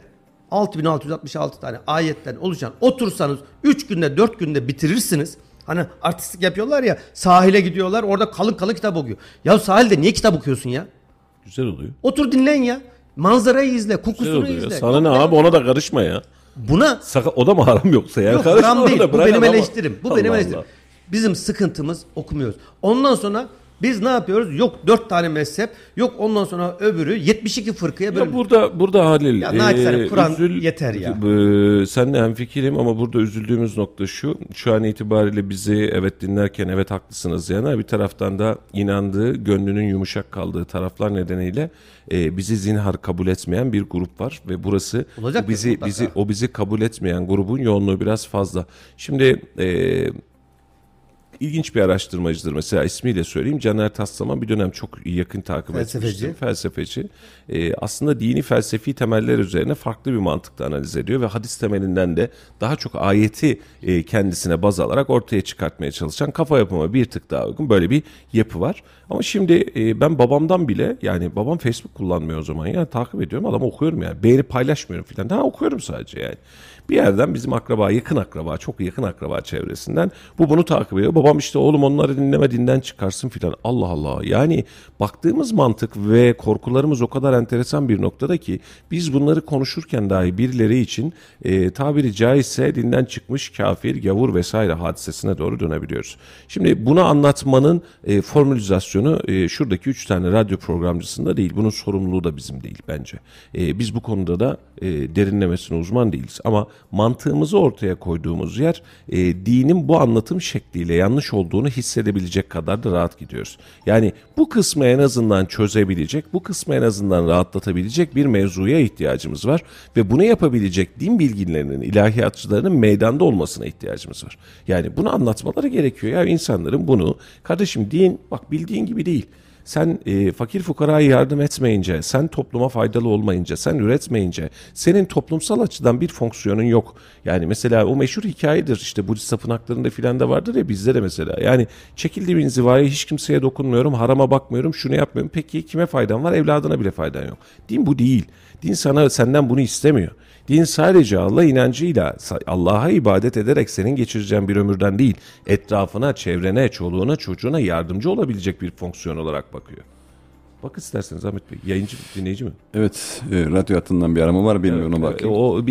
6666 tane ayetten oluşan otursanız 3 günde 4 günde bitirirsiniz. Hani artistlik yapıyorlar ya, sahile gidiyorlar orada kalın kalın kitap okuyor. Ya sahilde niye kitap okuyorsun ya? Güzel oluyor. Otur dinlen ya. Manzarayı izle, kokusunu izle. Sana ne abi, ona da karışma ya. Buna o da mı haram yoksa ya? yok, Karışma haram değil. da, Bu benim ama. eleştirim. Bu benim Allah eleştirim. Allah. Bizim sıkıntımız okumuyoruz. Ondan sonra biz ne yapıyoruz? Yok 4 tane mezhep, yok ondan sonra öbürü 72 fırkaya bölünüyor. Ya burada Halil. Ya naçizane Kur'an yeter ya. Seninle hemfikirim ama burada üzüldüğümüz nokta şu. Şu an itibariyle bizi evet dinlerken evet haklısınız diyenler, bir taraftan da inandığı, gönlünün yumuşak kaldığı taraflar nedeniyle bizi zinhar kabul etmeyen bir grup var ve burası Olacak bizi kabul etmeyen grubun yoğunluğu biraz fazla. Şimdi İlginç bir araştırmacıdır. Mesela ismiyle söyleyeyim. Caner Taslaman bir dönem çok yakın takip etmiştim. Felsefeci. Aslında dini felsefi temeller üzerine farklı bir mantıkla analiz ediyor ve hadis temelinden de daha çok ayeti kendisine baz alarak ortaya çıkartmaya çalışan, kafa yapıma bir tık daha uygun böyle bir yapı var. Ama şimdi ben babamdan bile, yani babam Facebook kullanmıyor o zaman, yani takip ediyorum, adamı okuyorum yani. Beğenip paylaşmıyorum filan. Okuyorum sadece yani. Bir yerden bizim akraba, yakın akraba, çok yakın akraba çevresinden bunu takip ediyor. babam işte oğlum onları dinleme dinden çıkarsın filan. Allah Allah. Yani baktığımız mantık ve korkularımız o kadar enteresan bir noktada ki biz bunları konuşurken dahi birileri için tabiri caizse dinden çıkmış kafir, gavur vesaire hadisesine doğru dönebiliyoruz. Şimdi bunu anlatmanın formülizasyonu şuradaki 3 tane radyo programcısında değil. Bunun sorumluluğu da bizim değil bence. Biz bu konuda da derinlemesine uzman değiliz. Ama mantığımızı ortaya koyduğumuz yer dinin bu anlatım şekliyle yanlış olduğunu hissedebilecek kadar da rahat gidiyoruz. Yani bu kısmı en azından çözebilecek, bu kısmı en azından rahatlatabilecek bir mevzuya ihtiyacımız var. Ve bunu yapabilecek din bilginlerinin, ilahiyatçılarının meydanda olmasına ihtiyacımız var. Yani bunu anlatmaları gerekiyor. Yani insanların bunu, kardeşim din bak bildiğin gibi değil. Sen fakir fukaraya yardım etmeyince, sen topluma faydalı olmayınca, sen üretmeyince senin toplumsal açıdan bir fonksiyonun yok. Yani mesela o meşhur hikayedir işte Budist tapınaklarında filan da vardır ya bizde de mesela. Yani çekildiğim inzivaya hiç kimseye dokunmuyorum, harama bakmıyorum, şunu yapmıyorum. Peki kime faydan var? Evladına bile faydan yok. Din bu değil. Din senden bunu istemiyor. Din sadece Allah inancıyla, Allah'a ibadet ederek senin geçireceğin bir ömürden değil, etrafına, çevrene, çoluğuna, çocuğuna yardımcı olabilecek bir fonksiyon olarak bakıyor. Bak isterseniz Ahmet Bey, yayıncı, dinleyici mi? Evet, radyo hattından bir arama var, bilmiyorum ona bakayım. O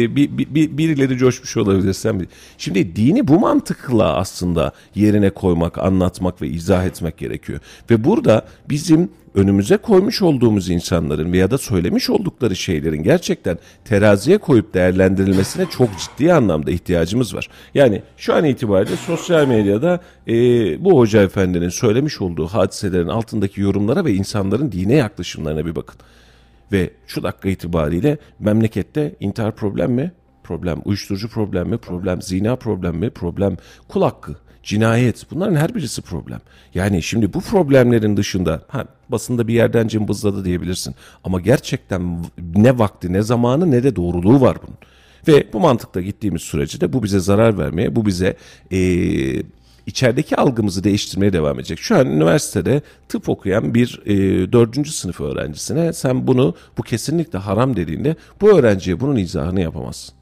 birileri coşmuş olabilir. Şimdi dini bu mantıkla aslında yerine koymak, anlatmak ve izah etmek gerekiyor. Ve burada bizim önümüze koymuş olduğumuz insanların veya da söylemiş oldukları şeylerin gerçekten teraziye koyup değerlendirilmesine çok ciddi anlamda ihtiyacımız var. Yani şu an itibariyle sosyal medyada bu hoca efendinin söylemiş olduğu hadiselerin altındaki yorumlara ve insanların dine yaklaşımlarına bir bakın. Ve şu dakika itibariyle memlekette intihar problem mi? Problem. Uyuşturucu problem mi? Problem. Zina problem mi? Problem. Kul hakkı, cinayet, bunların her birisi problem. Yani şimdi bu problemlerin dışında basında bir yerden cımbızladı diyebilirsin. Ama gerçekten ne vakti, ne zamanı, ne de doğruluğu var bunun. Ve bu mantıkla gittiğimiz sürece de bu bize zarar vermeye, bu bize içerideki algımızı değiştirmeye devam edecek. Şu an üniversitede tıp okuyan bir 4. sınıf öğrencisine sen bu kesinlikle haram dediğinde bu öğrenciye bunun izahını yapamazsın.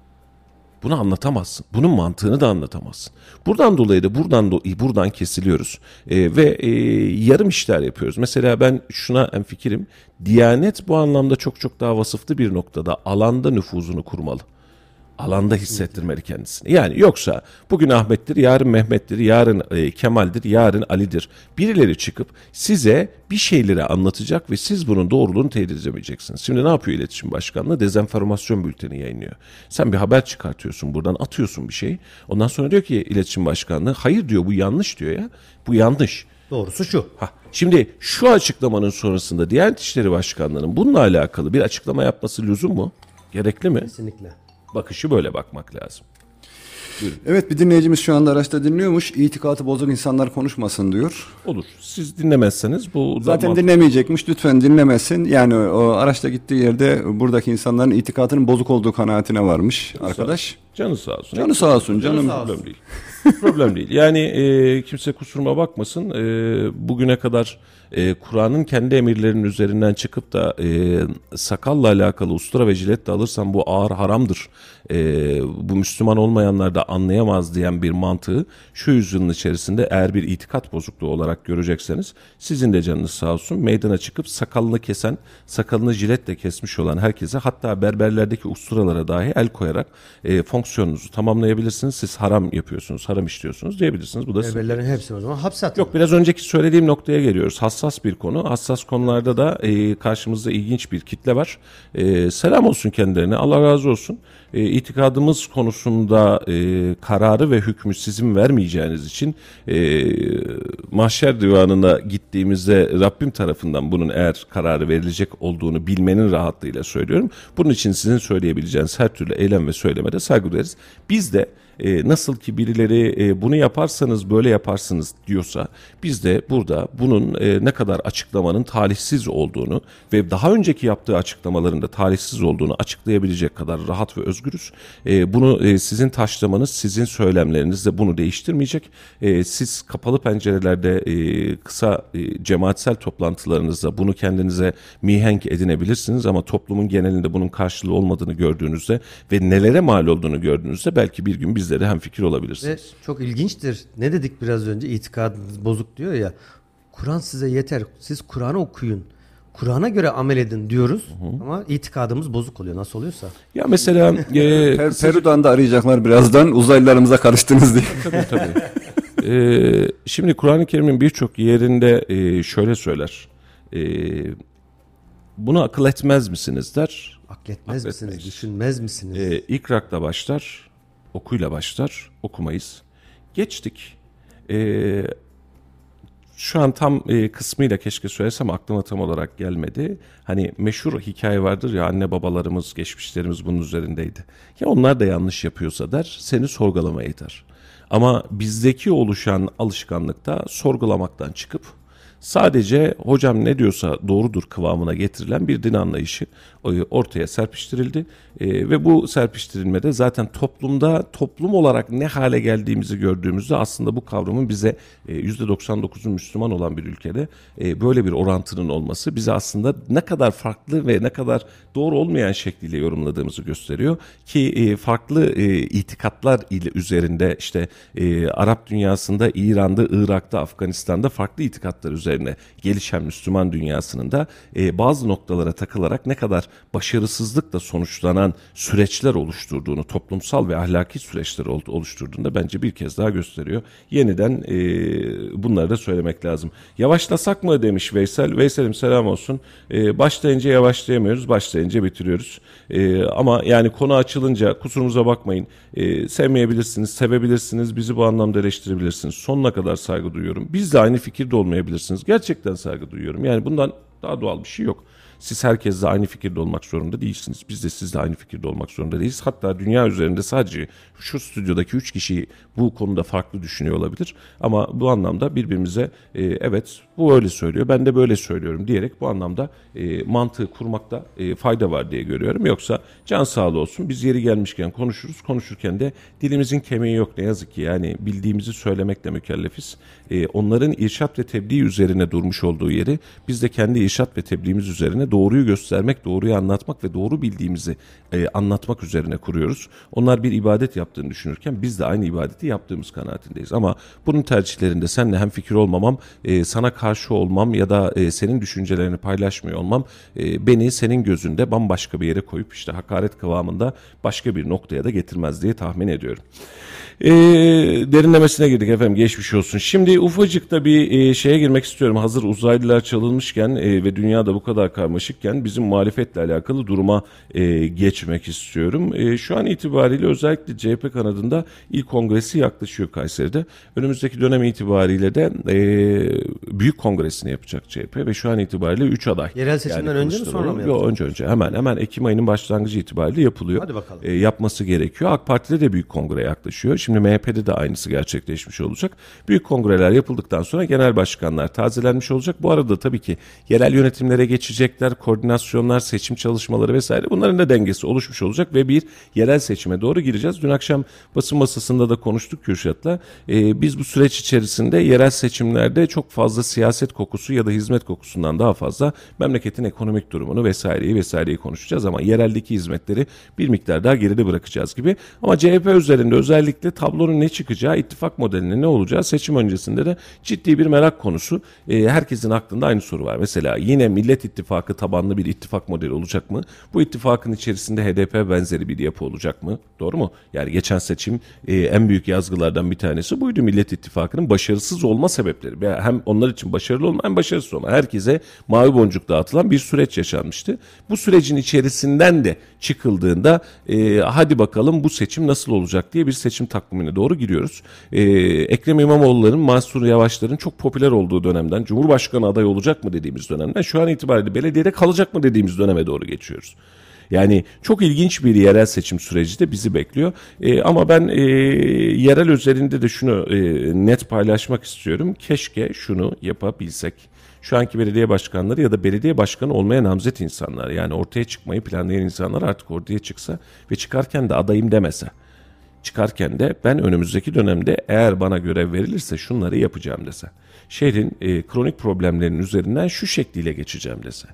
Bunu anlatamazsın. Bunun mantığını da anlatamazsın. Buradan dolayı da buradan kesiliyoruz. Ve yarım işler yapıyoruz. Mesela ben şuna hemfikirim. Diyanet bu anlamda çok çok daha vasıflı bir noktada alanda nüfuzunu kurmalı. Alanda hissettirmeli kendisini. Yani yoksa bugün Ahmet'tir, yarın Mehmet'tir, yarın Kemal'dir, yarın Ali'dir. Birileri çıkıp size bir şeyleri anlatacak ve siz bunun doğruluğunu teyit edemeyeceksiniz. Şimdi ne yapıyor İletişim Başkanlığı? Dezenformasyon bülteni yayınlıyor. Sen bir haber çıkartıyorsun buradan, atıyorsun bir şey. Ondan sonra diyor ki İletişim Başkanlığı, hayır diyor bu yanlış diyor ya. Bu yanlış. Doğrusu şu. Şimdi şu açıklamanın sonrasında Diyanet İşleri Başkanlığı'nın bununla alakalı bir açıklama yapması lüzum mu? Gerekli mi? Kesinlikle. Bakışı böyle bakmak lazım. Buyurun. Evet, bir dinleyicimiz şu anda araçta dinliyormuş. İtikatı bozuk insanlar konuşmasın diyor. Olur. Siz dinlemezseniz bu zaten dinlemeyecekmiş. Lütfen dinlemesin. Yani o araçta gittiği yerde buradaki insanların itikatının bozuk olduğu kanaatine varmış arkadaş. Canı sağ olsun. Canı sağ olsun. Canım. Problem değil. Problem değil. Yani kimse kusuruma bakmasın. Bugüne kadar Kur'an'ın kendi emirlerinin üzerinden çıkıp da sakalla alakalı ustura ve jilet de alırsan bu ağır haramdır. Bu Müslüman olmayanlar da anlayamaz diyen bir mantığı şu yüzyılın içerisinde eğer bir itikat bozukluğu olarak görecekseniz sizin de canınız sağ olsun. Meydana çıkıp sakalını kesen, sakalını jiletle kesmiş olan herkese, hatta berberlerdeki usturalara dahi el koyarak fonksiyonunuzu tamamlayabilirsiniz. Siz haram yapıyorsunuz, haram işliyorsunuz diyebilirsiniz. Bu da berberlerin hepsi o zaman hapse atılır. Yok, biraz önceki söylediğim noktaya geliyoruz. Hassas bir konu. Hassas konularda da karşımızda ilginç bir kitle var. Selam olsun kendilerine. Allah razı olsun. İtikadımız konusunda kararı ve hükmü sizin vermeyeceğiniz için mahşer divanına gittiğimizde Rabbim tarafından bunun eğer kararı verilecek olduğunu bilmenin rahatlığıyla söylüyorum. Bunun için sizin söyleyebileceğiniz her türlü eylem ve söylemede saygı duyarız. Biz de nasıl ki birileri bunu yaparsanız böyle yaparsınız diyorsa biz de burada bunun ne kadar açıklamanın talihsiz olduğunu ve daha önceki yaptığı açıklamaların da talihsiz olduğunu açıklayabilecek kadar rahat ve özgürüz. Bunu sizin taşlamanız, sizin söylemleriniz de bunu değiştirmeyecek. Siz kapalı pencerelerde kısa cemaatsel toplantılarınızda bunu kendinize mihenk edinebilirsiniz ama toplumun genelinde bunun karşılığı olmadığını gördüğünüzde ve nelere mal olduğunu gördüğünüzde belki bir gün biz bizleri hemfikir Ve olabilirsiniz. çok ilginçtir. Ne dedik biraz önce? İtikadınız bozuk diyor ya. Kur'an size yeter. Siz Kur'an'ı okuyun. Kur'an'a göre amel edin diyoruz. Ama itikadımız bozuk oluyor. Nasıl oluyorsa. Ya mesela Peru'dan da arayacaklar birazdan uzaylılarımıza karıştınız diye. tabii. Şimdi Kur'an-ı Kerim'in birçok yerinde şöyle söyler. Bunu akıl etmez misiniz der. Akletmez misiniz? Düşünmez misiniz? İkrak'la başlar, okuyla başlar, okumayız. Geçtik. Şu an tam kısmıyla keşke söylesem aklıma tam olarak gelmedi. Hani meşhur hikaye vardır ya, anne babalarımız, geçmişlerimiz bunun üzerindeydi. Ya onlar da yanlış yapıyorsa der, seni sorgulamaya iter. Ama bizdeki oluşan alışkanlıkta sorgulamaktan çıkıp sadece hocam ne diyorsa doğrudur kıvamına getirilen bir din anlayışı ortaya serpiştirildi. Ve bu serpiştirilmede zaten toplum olarak ne hale geldiğimizi gördüğümüzde aslında bu kavramın bize %99'un Müslüman olan bir ülkede böyle bir orantının olması bize aslında ne kadar farklı ve ne kadar doğru olmayan şekliyle yorumladığımızı gösteriyor. Ki farklı itikatlar ile üzerinde işte Arap dünyasında, İran'da, Irak'ta, Afganistan'da farklı itikatlar üzerine gelişen Müslüman dünyasının da bazı noktalara takılarak ne kadar başarısızlıkla sonuçlanan süreçler oluşturduğunu, toplumsal ve ahlaki süreçler oluşturduğunu da bence bir kez daha gösteriyor. Yeniden bunları da söylemek lazım. Yavaşlasak mı demiş Veysel. Veysel'im selam olsun. Başlayınca yavaşlayamıyoruz, başlayınca bitiriyoruz. Ama yani konu açılınca kusurumuza bakmayın. Sevmeyebilirsiniz, sevebilirsiniz, bizi bu anlamda eleştirebilirsiniz. Sonuna kadar saygı duyuyorum. Biz de aynı fikirde olmayabilirsiniz. Gerçekten saygı duyuyorum. Yani bundan daha doğal bir şey yok. Siz herkesle aynı fikirde olmak zorunda değilsiniz. Biz de sizle aynı fikirde olmak zorunda değiliz. Hatta dünya üzerinde sadece şu stüdyodaki 3 kişi bu konuda farklı düşünüyor olabilir. Ama bu anlamda birbirimize evet bu öyle söylüyor, ben de böyle söylüyorum diyerek bu anlamda mantığı kurmakta fayda var diye görüyorum. Yoksa can sağlığı olsun, biz yeri gelmişken konuşuruz. Konuşurken de dilimizin kemiği yok ne yazık ki. Yani bildiğimizi söylemekle mükellefiz. Onların irşat ve tebliğ üzerine durmuş olduğu yeri biz de kendi irşat ve tebliğimiz üzerine doğruyu göstermek, doğruyu anlatmak ve doğru bildiğimizi anlatmak üzerine kuruyoruz. Onlar bir ibadet yaptığını düşünürken biz de aynı ibadeti yaptığımız kanaatindeyiz. Ama bunun tercihlerinde seninle hemfikir olmamam, sana karşı olmam ya da senin düşüncelerini paylaşmıyor olmam beni senin gözünde bambaşka bir yere koyup işte hakaret kıvamında başka bir noktaya da getirmez diye tahmin ediyorum. Derinlemesine girdik efendim, geçmiş olsun. Şimdi ufacık da bir şeye girmek istiyorum. Hazır uzaylılar çalınmışken ve dünyada bu kadar karmaşıkken bizim muhalefetle alakalı duruma geçmek istiyorum. Şu an itibariyle özellikle CHP kanadında il kongresi yaklaşıyor Kayseri'de. Önümüzdeki dönem itibariyle de büyük kongresini yapacak CHP ve şu an itibariyle 3 aday. Yerel seçimden önce mi sonra mı? Yok, önce hemen Ekim ayının başlangıcı itibariyle yapılıyor. Hadi bakalım. Yapması gerekiyor. AK Parti'de de büyük kongre yaklaşıyor. Şimdi MHP'de de aynısı gerçekleşmiş olacak. Büyük kongreler yapıldıktan sonra genel başkanlar tazelenmiş olacak. Bu arada tabii ki yerel yönetimlere geçecekler, koordinasyonlar, seçim çalışmaları vesaire, bunların da dengesi oluşmuş olacak ve bir yerel seçime doğru gireceğiz. Dün akşam basın masasında da konuştuk Kürşat'la. Biz bu süreç içerisinde yerel seçimlerde çok fazla siyaset kokusu ya da hizmet kokusundan daha fazla memleketin ekonomik durumunu vesaireyi konuşacağız ama yereldeki hizmetleri bir miktar daha geride bırakacağız gibi. Ama CHP üzerinde özellikle tablonun ne çıkacağı, ittifak modelinin ne olacağı seçim öncesinde de ciddi bir merak konusu. Herkesin aklında aynı soru var. Mesela yine Millet İttifakı tabanlı bir ittifak modeli olacak mı? Bu ittifakın içerisinde HDP benzeri bir yapı olacak mı? Doğru mu? Yani geçen seçim en büyük yazgılardan bir tanesi buydu. Millet İttifakı'nın başarısız olma sebepleri. Hem onlar için başarılı olma hem başarısız olma. Herkese mavi boncuk dağıtılan bir süreç yaşanmıştı. Bu sürecin içerisinden de çıkıldığında hadi bakalım bu seçim nasıl olacak diye bir seçim takvimine doğru giriyoruz. Ekrem İmamoğlu'ların, Mansur Yavaş'ların çok popüler olduğu dönemden, Cumhurbaşkanı adayı olacak mı dediğimiz dönemden şu an itibariyle belediyede kalacak mı dediğimiz döneme doğru geçiyoruz. Yani çok ilginç bir yerel seçim süreci de bizi bekliyor. Ama ben yerel özelinde de şunu net paylaşmak istiyorum. Keşke şunu yapabilsek. Şu anki belediye başkanları ya da belediye başkanı olmaya namzet insanlar, yani ortaya çıkmayı planlayan insanlar artık ortaya çıksa ve çıkarken de adayım demese. Çıkarken de ben önümüzdeki dönemde eğer bana görev verilirse şunları yapacağım dese. Şehrin kronik problemlerinin üzerinden şu şekliyle geçeceğim dese.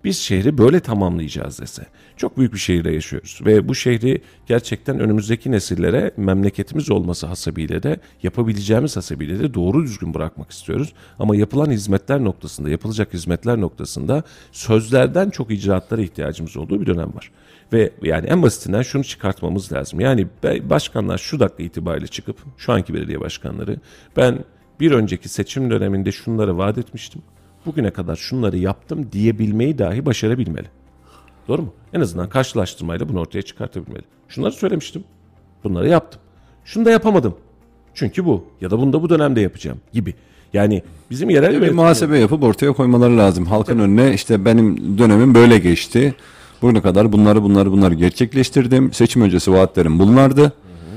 biz şehri böyle tamamlayacağız dese. Çok büyük bir şehirde yaşıyoruz ve bu şehri gerçekten önümüzdeki nesillere memleketimiz olması hasebiyle de yapabileceğimiz hasebiyle de doğru düzgün bırakmak istiyoruz. Ama yapılan hizmetler noktasında, yapılacak hizmetler noktasında sözlerden çok icraatlara ihtiyacımız olduğu bir dönem var. Ve yani en basitinden şunu çıkartmamız lazım. Yani başkanlar şu dakika itibariyle çıkıp, şu anki belediye başkanları, ben bir önceki seçim döneminde şunları vaat etmiştim, bugüne kadar şunları yaptım diyebilmeyi dahi başarabilmeli. Doğru mu? En azından karşılaştırmayla bunu ortaya çıkartabilmeli. Şunları söylemiştim, bunları yaptım. Şunu da yapamadım. Çünkü bu ya da bunu da bu dönemde yapacağım gibi. Yani bizim yerel bir muhasebe yapıp ortaya koymaları lazım. Halkın önüne işte benim dönemim böyle geçti. Bugüne kadar bunları gerçekleştirdim. Seçim öncesi vaatlerim bunlardı.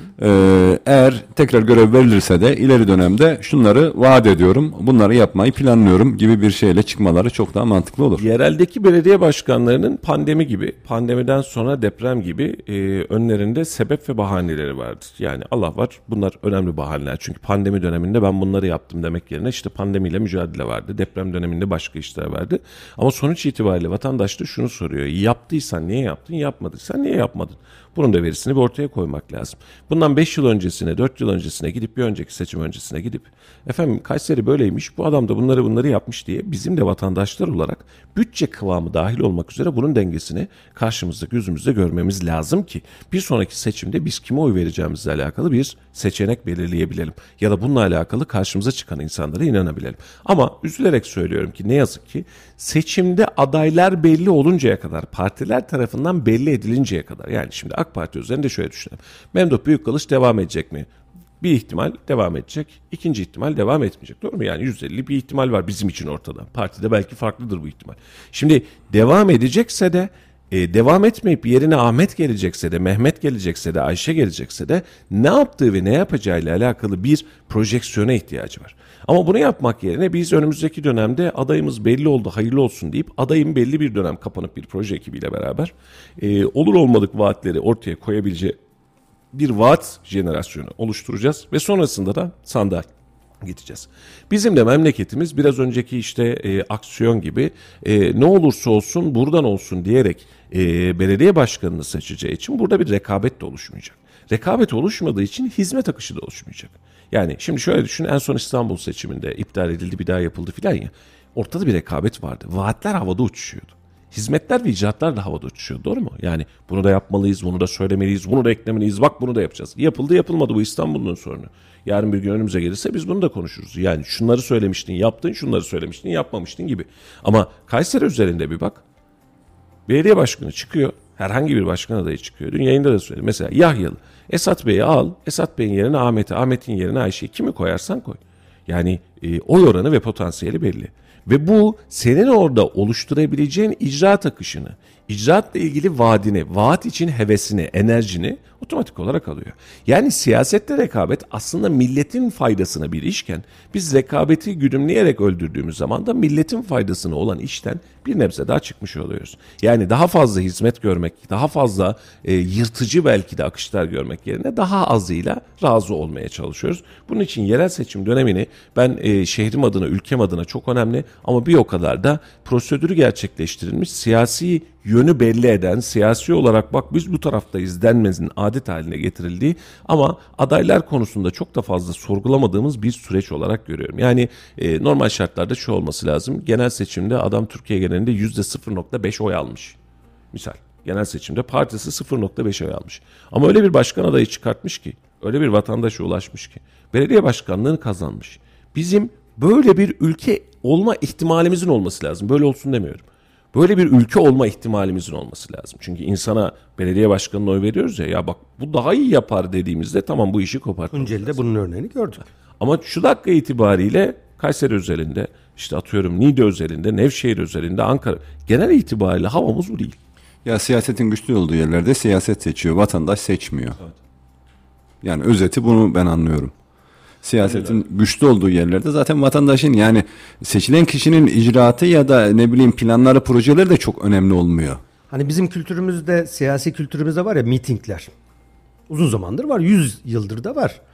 Eğer tekrar görev verilirse de ileri dönemde şunları vaat ediyorum, bunları yapmayı planlıyorum gibi bir şeyle çıkmaları çok daha mantıklı olur. Yereldeki belediye başkanlarının pandemi gibi, pandemiden sonra deprem gibi önlerinde sebep ve bahaneleri vardır. Yani Allah var, bunlar önemli bahaneler. Çünkü pandemi döneminde ben bunları yaptım demek yerine işte pandemiyle mücadele vardı. Deprem döneminde başka işler vardı. Ama sonuç itibariyle vatandaş da şunu soruyor. Yaptıysan niye yaptın, yapmadıysan niye yapmadın? Bunun da verisini bir ortaya koymak lazım. Bundan 5 yıl öncesine, 4 yıl öncesine gidip bir önceki seçim öncesine gidip efendim Kayseri böyleymiş, bu adam da bunları yapmış diye bizim de vatandaşlar olarak bütçe kıvamı dahil olmak üzere bunun dengesini karşımızda gözümüzde görmemiz lazım ki bir sonraki seçimde biz kime oy vereceğimizle alakalı bir seçenek belirleyebilelim. Ya da bununla alakalı karşımıza çıkan insanlara inanabilelim. Ama üzülerek söylüyorum ki ne yazık ki seçimde adaylar belli oluncaya kadar, partiler tarafından belli edilinceye kadar, yani şimdi AK Parti üzerinde şöyle düşünelim. Memduh Büyükkılıç devam edecek mi? Bir ihtimal devam edecek, ikinci ihtimal devam etmeyecek. Doğru mu? Yani %50 bir ihtimal var bizim için ortada. Partide belki farklıdır bu ihtimal. Şimdi devam edecekse de, devam etmeyip yerine Ahmet gelecekse de, Mehmet gelecekse de, Ayşe gelecekse de ne yaptığı ve ne yapacağıyla alakalı bir projeksiyona ihtiyacı var. Ama bunu yapmak yerine biz önümüzdeki dönemde adayımız belli oldu, hayırlı olsun deyip adayın belli bir dönem kapanıp bir proje ekibiyle beraber olur olmadık vaatleri ortaya koyabileceği bir vaat jenerasyonu oluşturacağız ve sonrasında da sandığa gideceğiz. Bizim de memleketimiz biraz önceki işte aksiyon gibi ne olursa olsun buradan olsun diyerek belediye başkanını seçeceği için burada bir rekabet de oluşmayacak. Rekabet oluşmadığı için hizmet akışı da oluşmayacak. Yani şimdi şöyle düşün, en son İstanbul seçiminde iptal edildi, bir daha yapıldı filan ya. Ortada bir rekabet vardı. Vaatler havada uçuşuyordu. Hizmetler ve icraatlar da havada uçuşuyor. Doğru mu? Yani bunu da yapmalıyız, bunu da söylemeliyiz, bunu da eklemeliyiz, bak bunu da yapacağız. Yapıldı yapılmadı, bu İstanbul'un sorunu. Yarın bir gün önümüze gelirse biz bunu da konuşuruz. Yani şunları söylemiştin, yaptın, şunları söylemiştin, yapmamıştın gibi. Ama Kayseri üzerinde bir bak. Belediye başkanı çıkıyor, herhangi bir başkan adayı çıkıyor. Dün yayında da söyledim. Mesela Yahyalı. Esat Bey'i al, Esat Bey'in yerine Ahmet'i, Ahmet'in yerine Ayşe'yi, kimi koyarsan koy. Yani oy oranı ve potansiyeli belli. Ve bu senin orada oluşturabileceğin icraat akışını, icraatla ilgili vaadini, vaat için hevesini, enerjini otomatik olarak alıyor. Yani siyasette rekabet aslında milletin faydasına bir işken biz rekabeti güdümleyerek öldürdüğümüz zaman da milletin faydasına olan işten bir nebze daha çıkmış oluyoruz. Yani daha fazla hizmet görmek, daha fazla yırtıcı belki de akışlar görmek yerine daha azıyla razı olmaya çalışıyoruz. Bunun için yerel seçim dönemini ben şehrim adına, ülkem adına çok önemli ama bir o kadar da prosedürü gerçekleştirilmiş, siyasi yönü belli eden, siyasi olarak bak biz bu taraftayız denmezin adet haline getirildiği ama adaylar konusunda çok da fazla sorgulamadığımız bir süreç olarak görüyorum. Yani normal şartlarda şu olması lazım. Genel seçimde adam Türkiye genelinde %0.5 oy almış. Misal genel seçimde partisi 0.5 oy almış. Ama öyle bir başkan adayı çıkartmış ki, öyle bir vatandaşa ulaşmış ki, belediye başkanlığını kazanmış. Bizim böyle bir ülke olma ihtimalimizin olması lazım. Böyle olsun demiyorum. Böyle bir ülke olma ihtimalimizin olması lazım. Çünkü insana belediye başkanına oy veriyoruz ya bak bu daha iyi yapar dediğimizde tamam bu işi kopartmamız lazım. Tunceli'de bunun örneğini gördük. Ama şu dakika itibariyle Kayseri özelinde, işte atıyorum Niğde özelinde, Nevşehir özelinde, Ankara genel itibariyle havamız bu değil. Ya siyasetin güçlü olduğu yerlerde siyaset seçiyor, vatandaş seçmiyor. Evet. Yani özeti bunu ben anlıyorum. Siyasetin güçlü olduğu yerlerde zaten vatandaşın yani seçilen kişinin icraatı ya da ne bileyim planları, projeleri de çok önemli olmuyor. Hani bizim kültürümüzde, siyasi kültürümüzde var ya mitingler. Uzun zamandır var, 100 yıldır da var.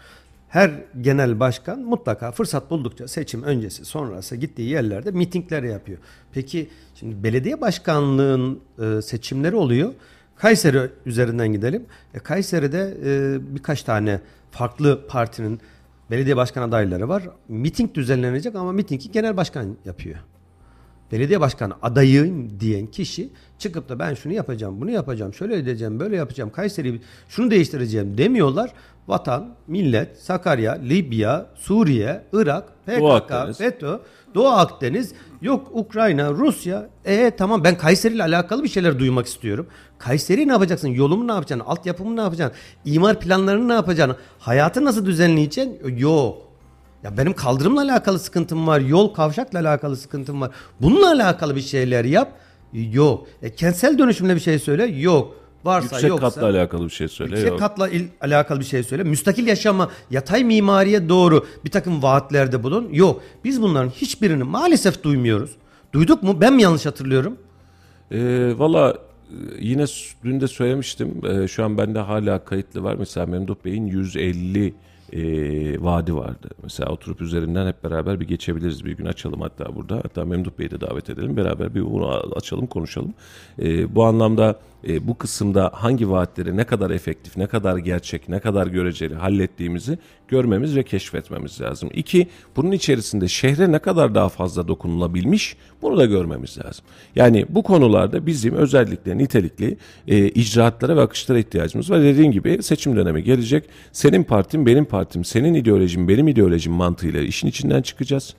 her genel başkan mutlaka fırsat buldukça seçim öncesi sonrası gittiği yerlerde mitingler yapıyor. Peki şimdi belediye başkanlığının seçimleri oluyor. Kayseri üzerinden gidelim. Kayseri'de birkaç tane farklı partinin belediye başkan adayları var. Miting düzenlenecek ama mitingi genel başkan yapıyor. Belediye başkanı adayım diyen kişi çıkıp da ben şunu yapacağım, bunu yapacağım, şöyle edeceğim, böyle yapacağım, Kayseri'yi şunu değiştireceğim demiyorlar. Vatan, millet, Sakarya, Libya, Suriye, Irak, PKK, FETÖ, Doğu Akdeniz, yok Ukrayna, Rusya. Tamam, ben Kayseri ile alakalı bir şeyler duymak istiyorum. Kayseri'yi ne yapacaksın? Yolumu ne yapacaksın? Altyapımı ne yapacaksın? İmar planlarını ne yapacaksın? Hayatı nasıl düzenleyeceksin? Yok. Ya benim kaldırımla alakalı sıkıntım var. Yol kavşakla alakalı sıkıntım var. Bununla alakalı bir şeyler yap. Yok. Kentsel dönüşümle bir şey söyle. Yok. Varsa yüksek yoksa. katla alakalı bir şey söyle. Yüksek katla alakalı bir şey söyle. Müstakil yaşama, yatay mimariye doğru bir takım vaatlerde bulun. Yok. Biz bunların hiçbirini maalesef duymuyoruz. Duyduk mu? Ben mi yanlış hatırlıyorum? Valla yine dün de söylemiştim. Şu an bende hala kayıtlı var. Mesela Memduh Bey'in 150 vaadi vardı. Mesela oturup üzerinden hep beraber bir geçebiliriz. Bir gün açalım hatta burada. Hatta Memduh Bey'i de davet edelim. Beraber bir bunu açalım, konuşalım. Bu anlamda bu kısımda hangi vaatleri ne kadar efektif, ne kadar gerçek, ne kadar göreceli hallettiğimizi görmemiz ve keşfetmemiz lazım. 2, bunun içerisinde şehre ne kadar daha fazla dokunulabilmiş, bunu da görmemiz lazım. Yani bu konularda bizim özellikle nitelikli icraatlara ve akışlara ihtiyacımız var. Dediğim gibi seçim dönemi gelecek. Senin partim, benim partim, senin ideolojin, benim ideolojim mantığıyla işin içinden çıkacağız.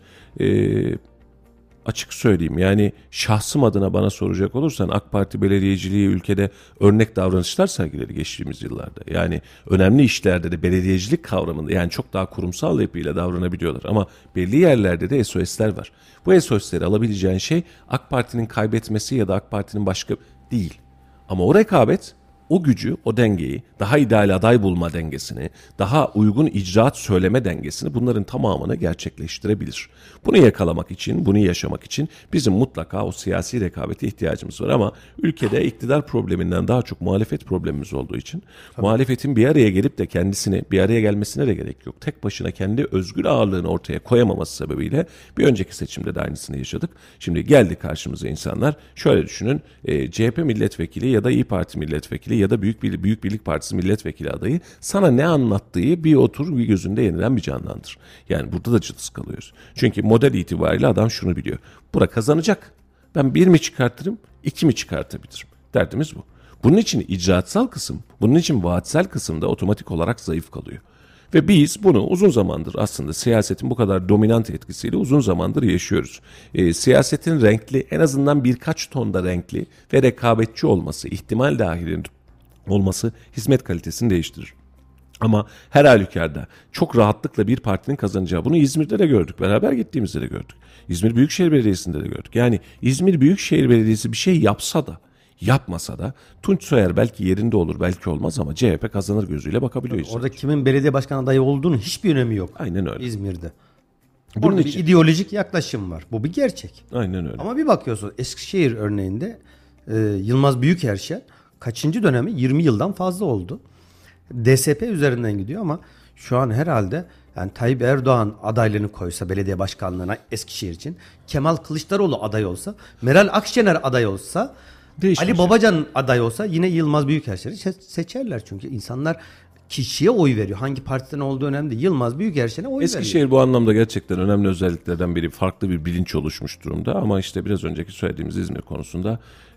Açık söyleyeyim, yani şahsım adına bana soracak olursan AK Parti belediyeciliği ülkede örnek davranışlar sergiledi geçtiğimiz yıllarda. Yani önemli işlerde de belediyecilik kavramında, yani çok daha kurumsal yapıyla davranabiliyorlar. Ama belli yerlerde de SOS'ler var. Bu SOS'leri alabileceğin şey AK Parti'nin kaybetmesi ya da AK Parti'nin başka değil. Ama o rekabet, o gücü, o dengeyi, daha ideal aday bulma dengesini, daha uygun icraat söyleme dengesini, bunların tamamını gerçekleştirebilir. Bunu yakalamak için, bunu yaşamak için bizim mutlaka o siyasi rekabete ihtiyacımız var. Ama ülkede iktidar probleminden daha çok muhalefet problemimiz olduğu için muhalefetin bir araya gelip de kendisini, bir araya gelmesine de gerek yok. Tek başına kendi özgür ağırlığını ortaya koyamaması sebebiyle bir önceki seçimde de aynısını yaşadık. Şimdi geldi karşımıza insanlar. Şöyle düşünün, CHP milletvekili ya da İYİ Parti milletvekili ya da Büyük Birlik Partisi milletvekili adayı sana ne anlattığı bir otur, bir gözünde yeniden bir canlandır. Yani burada da cılız kalıyoruz. Çünkü model itibariyle adam şunu biliyor. Bura kazanacak. Ben 1 mi çıkartırım, 2 mi çıkartabilirim? Derdimiz bu. Bunun için icraatsal kısım, bunun için vaatsel kısım da otomatik olarak zayıf kalıyor. Ve biz bunu uzun zamandır, aslında siyasetin bu kadar dominant etkisiyle uzun zamandır yaşıyoruz. Siyasetin renkli, en azından birkaç tonda renkli ve rekabetçi olması, ihtimal dahilinde olması hizmet kalitesini değiştirir. Ama her halükarda çok rahatlıkla bir partinin kazanacağı, bunu İzmir'de de gördük, beraber gittiğimizde de gördük. İzmir Büyükşehir Belediyesi'nde de gördük. Yani İzmir Büyükşehir Belediyesi bir şey yapsa da, yapmasa da Tunç Soyer belki yerinde olur, belki olmaz ama CHP kazanır gözüyle bakabiliyor. Orada kimin belediye başkan adayı olduğunu hiçbir önemi yok. Aynen öyle. İzmir'de. Bunun Orada için bir ideolojik yaklaşım var. Bu bir gerçek. aynen öyle. Ama bir bakıyorsun Eskişehir örneğinde Yılmaz Büyükerşen kaçıncı dönemi? 20 yıldan fazla oldu. DSP üzerinden gidiyor ama şu an herhalde yani Tayyip Erdoğan adaylığını koysa belediye başkanlığına Eskişehir için, Kemal Kılıçdaroğlu aday olsa, Meral Akşener aday olsa, Ali Babacan aday olsa yine Yılmaz Büyükerşen'i seçerler. Çünkü insanlar kişiye oy veriyor. Hangi partiden olduğu önemli değil. Yılmaz Büyükerşen'e oy veriyor. Eskişehir bu anlamda gerçekten önemli özelliklerden biri. Farklı bir bilinç oluşmuş durumda. Ama işte biraz önceki söylediğimiz İzmir konusunda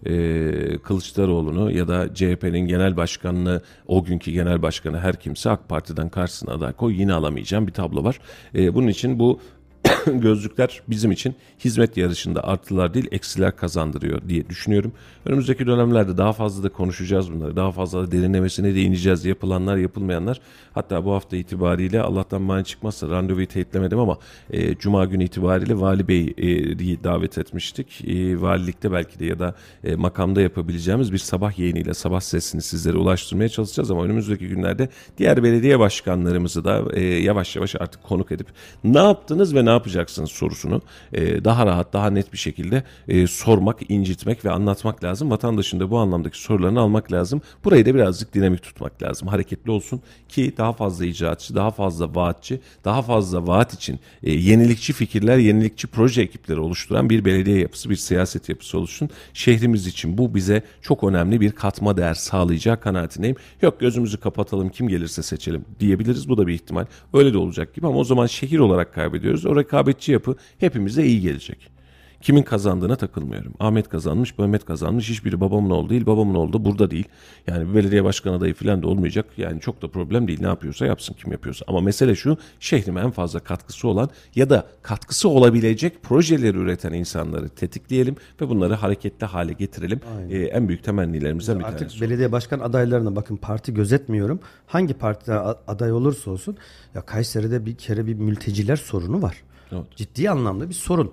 Kılıçdaroğlu'nu ya da CHP'nin genel başkanını, o günkü genel başkanı her kimse AK Parti'den karşısına aday koy, yine alamayacağım bir tablo var. Bunun için bu gözlükler bizim için hizmet yarışında artılar değil eksiler kazandırıyor diye düşünüyorum. Önümüzdeki dönemlerde daha fazla da konuşacağız bunları. Daha fazla da derinlemesine değineceğiz. Yapılanlar, yapılmayanlar. Hatta bu hafta itibariyle Allah'tan mani çıkmazsa randevuyu teyitlemedim ama Cuma günü itibariyle Vali Bey'i davet etmiştik. Valilikte belki de ya da makamda yapabileceğimiz bir sabah yayınıyla sabah sesini sizlere ulaştırmaya çalışacağız ama önümüzdeki günlerde diğer belediye başkanlarımızı da yavaş yavaş artık konuk edip ne yaptınız ve ne yapacaksınız sorusunu daha rahat, daha net bir şekilde sormak, incitmek ve anlatmak lazım. Vatandaşın da bu anlamdaki sorularını almak lazım. Burayı da birazcık dinamik tutmak lazım. Hareketli olsun ki daha fazla icraatçı, daha fazla vaatçi, daha fazla vaat için yenilikçi fikirler, yenilikçi proje ekipleri oluşturan bir belediye yapısı, bir siyaset yapısı oluşsun. Şehrimiz için bu bize çok önemli bir katma değer sağlayacağı kanaatindeyim. Yok gözümüzü kapatalım, kim gelirse seçelim diyebiliriz. Bu da bir ihtimal. Öyle de olacak gibi ama o zaman şehir olarak kaybediyoruz. O rekabetçi yapı hepimize iyi gelecek. Kimin kazandığına takılmıyorum. Ahmet kazanmış, Mehmet kazanmış. Hiçbiri babamın oğlu değil. Babamın oğlu da burada değil. Yani belediye başkan adayı falan da olmayacak. Yani çok da problem değil. Ne yapıyorsa yapsın, kim yapıyorsa. Ama mesele şu, şehrime en fazla katkısı olan ya da katkısı olabilecek projeleri üreten insanları tetikleyelim ve bunları hareketli hale getirelim. En büyük temennilerimizden bir tanesi. Artık belediye başkan adaylarına bakın, parti gözetmiyorum. Hangi partiden aday olursa olsun, ya Kayseri'de bir kere bir mülteciler sorunu var. Evet. Ciddi anlamda bir sorun.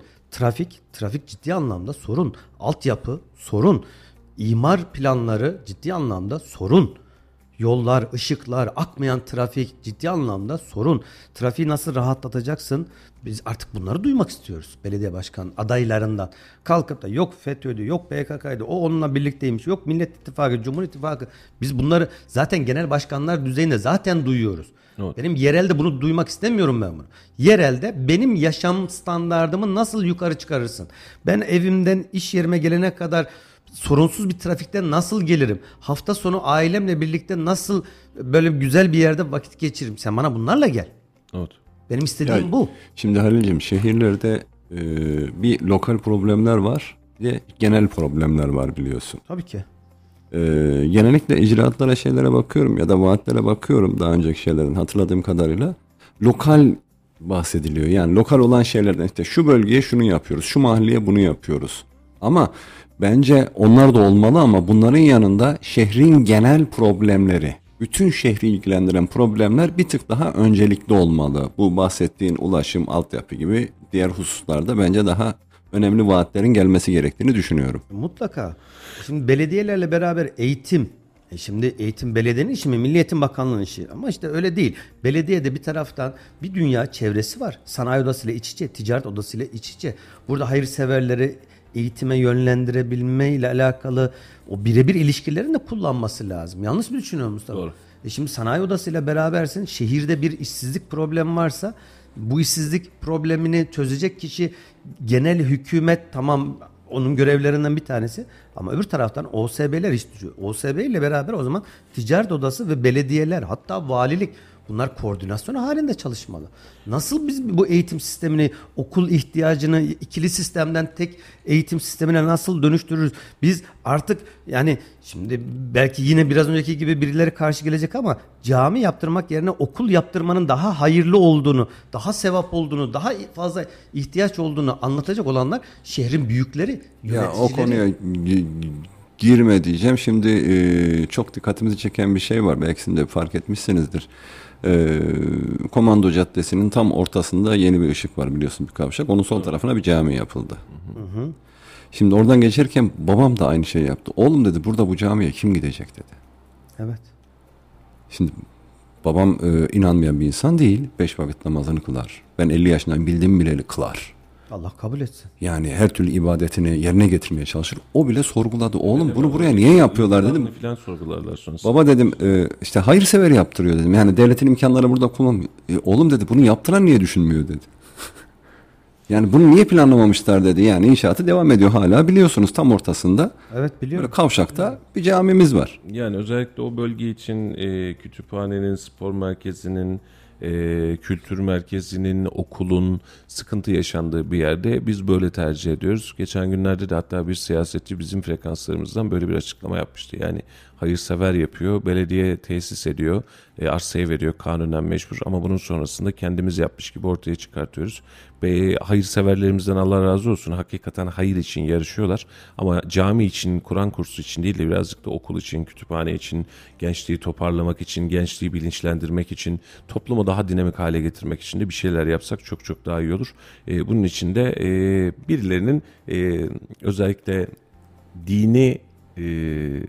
Trafik ciddi anlamda sorun. Altyapı sorun. İmar planları ciddi anlamda sorun. Yollar, ışıklar, akmayan trafik ciddi anlamda sorun. Trafiği nasıl rahatlatacaksın? Biz artık bunları duymak istiyoruz belediye başkan adaylarından. Kalkıp da yok FETÖ'ydü, yok PKK'ydı, o onunla birlikteymiş, yok Millet İttifakı, Cumhur İttifakı. Biz bunları zaten genel başkanlar düzeyinde zaten duyuyoruz. Evet. Benim yerelde bunu duymak istemiyorum ben bunu. Yerelde benim yaşam standardımı nasıl yukarı çıkarırsın? Ben evimden iş yerime gelene kadar sorunsuz bir trafikten nasıl gelirim? Hafta sonu ailemle birlikte nasıl böyle güzel bir yerde vakit geçiririm? Sen bana bunlarla gel. Evet. Benim istediğim bu. Şimdi Halil'ciğim, şehirlerde bir lokal problemler var, bir de genel problemler var biliyorsun. Tabii ki. Genellikle icraatlara, şeylere bakıyorum ya da vaatlere bakıyorum, daha önceki şeylerin hatırladığım kadarıyla. Lokal bahsediliyor. Yani lokal olan şeylerden, işte şu bölgeye şunu yapıyoruz, şu mahalleye bunu yapıyoruz. Ama bence onlar da olmalı ama bunların yanında şehrin genel problemleri, bütün şehri ilgilendiren problemler bir tık daha öncelikli olmalı. Bu bahsettiğin ulaşım, altyapı gibi diğer hususlarda bence daha önemli vaatlerin gelmesi gerektiğini düşünüyorum. Mutlaka. Şimdi belediyelerle beraber eğitim. Şimdi eğitim belediyenin işi mi? Milli Eğitim Bakanlığı'nın işi. Ama işte öyle değil. Belediyede bir taraftan bir dünya çevresi var. Sanayi odasıyla iç içe, ticaret odasıyla iç içe. Burada hayırseverleri eğitime yönlendirebilme ile alakalı o birebir ilişkilerin de kullanması lazım. Yanlış mı düşünüyorum Mustafa? Doğru. Şimdi sanayi odasıyla berabersin. Şehirde bir işsizlik problemi varsa bu işsizlik problemini çözecek kişi genel hükümet, tamam, onun görevlerinden bir tanesi, ama öbür taraftan OSB'ler iş tutuyor. OSB ile beraber o zaman ticaret odası ve belediyeler, hatta valilik, bunlar koordinasyon halinde çalışmalı. Nasıl biz bu eğitim sistemini, okul ihtiyacını ikili sistemden tek eğitim sistemine nasıl dönüştürürüz? Biz artık, yani şimdi belki yine biraz önceki gibi birileri karşı gelecek ama cami yaptırmak yerine okul yaptırmanın daha hayırlı olduğunu, daha sevap olduğunu, daha fazla ihtiyaç olduğunu anlatacak olanlar şehrin büyükleri, yöneticileri. Ya o konuya girme diyeceğim. Şimdi çok dikkatimizi çeken bir şey var. Belki siz de fark etmişsinizdir. Komando Caddesi'nin tam ortasında yeni bir ışık var, biliyorsun, bir kavşak. Onun sol tarafına bir cami yapıldı. Hı hı. Şimdi oradan geçerken babam da aynı şey yaptı. Oğlum dedi, burada bu camiye kim gidecek dedi. Evet. Şimdi babam inanmayan bir insan değil. 5 vakit namazını kılar. Ben 50 yaşından bildiğim bileli kılar. Allah kabul etsin. Yani her türlü ibadetini yerine getirmeye çalışır. O bile sorguladı. Oğlum bunu buraya niye yapıyorlar dedim. Falan sorgularlar sonrasında. Baba dedim işte hayırsever yaptırıyor dedim. Yani devletin imkanları burada kullanmıyor. Oğlum dedi, bunu yaptıran niye düşünmüyor dedi. Yani bunu niye planlamamışlar dedi. Yani inşaatı devam ediyor hala, biliyorsunuz, tam ortasında. Evet, biliyorum. Böyle kavşakta bir camimiz var. Yani özellikle o bölge için kütüphanenin, spor merkezinin, kültür merkezinin, okulun sıkıntı yaşandığı bir yerde biz böyle tercih ediyoruz. Geçen günlerde de hatta bir siyasetçi bizim frekanslarımızdan böyle bir açıklama yapmıştı. Yani hayırsever yapıyor, belediye tesis ediyor, arsayı veriyor, kanunen mecbur, ama bunun sonrasında kendimiz yapmış gibi ortaya çıkartıyoruz. Hayırseverlerimizden Allah razı olsun, hakikaten hayır için yarışıyorlar, ama cami için, Kur'an kursu için değil de birazcık da okul için, kütüphane için, gençliği toparlamak için, gençliği bilinçlendirmek için, toplumu daha dinamik hale getirmek için de bir şeyler yapsak çok çok daha iyi olur. Bunun için de birilerinin özellikle dini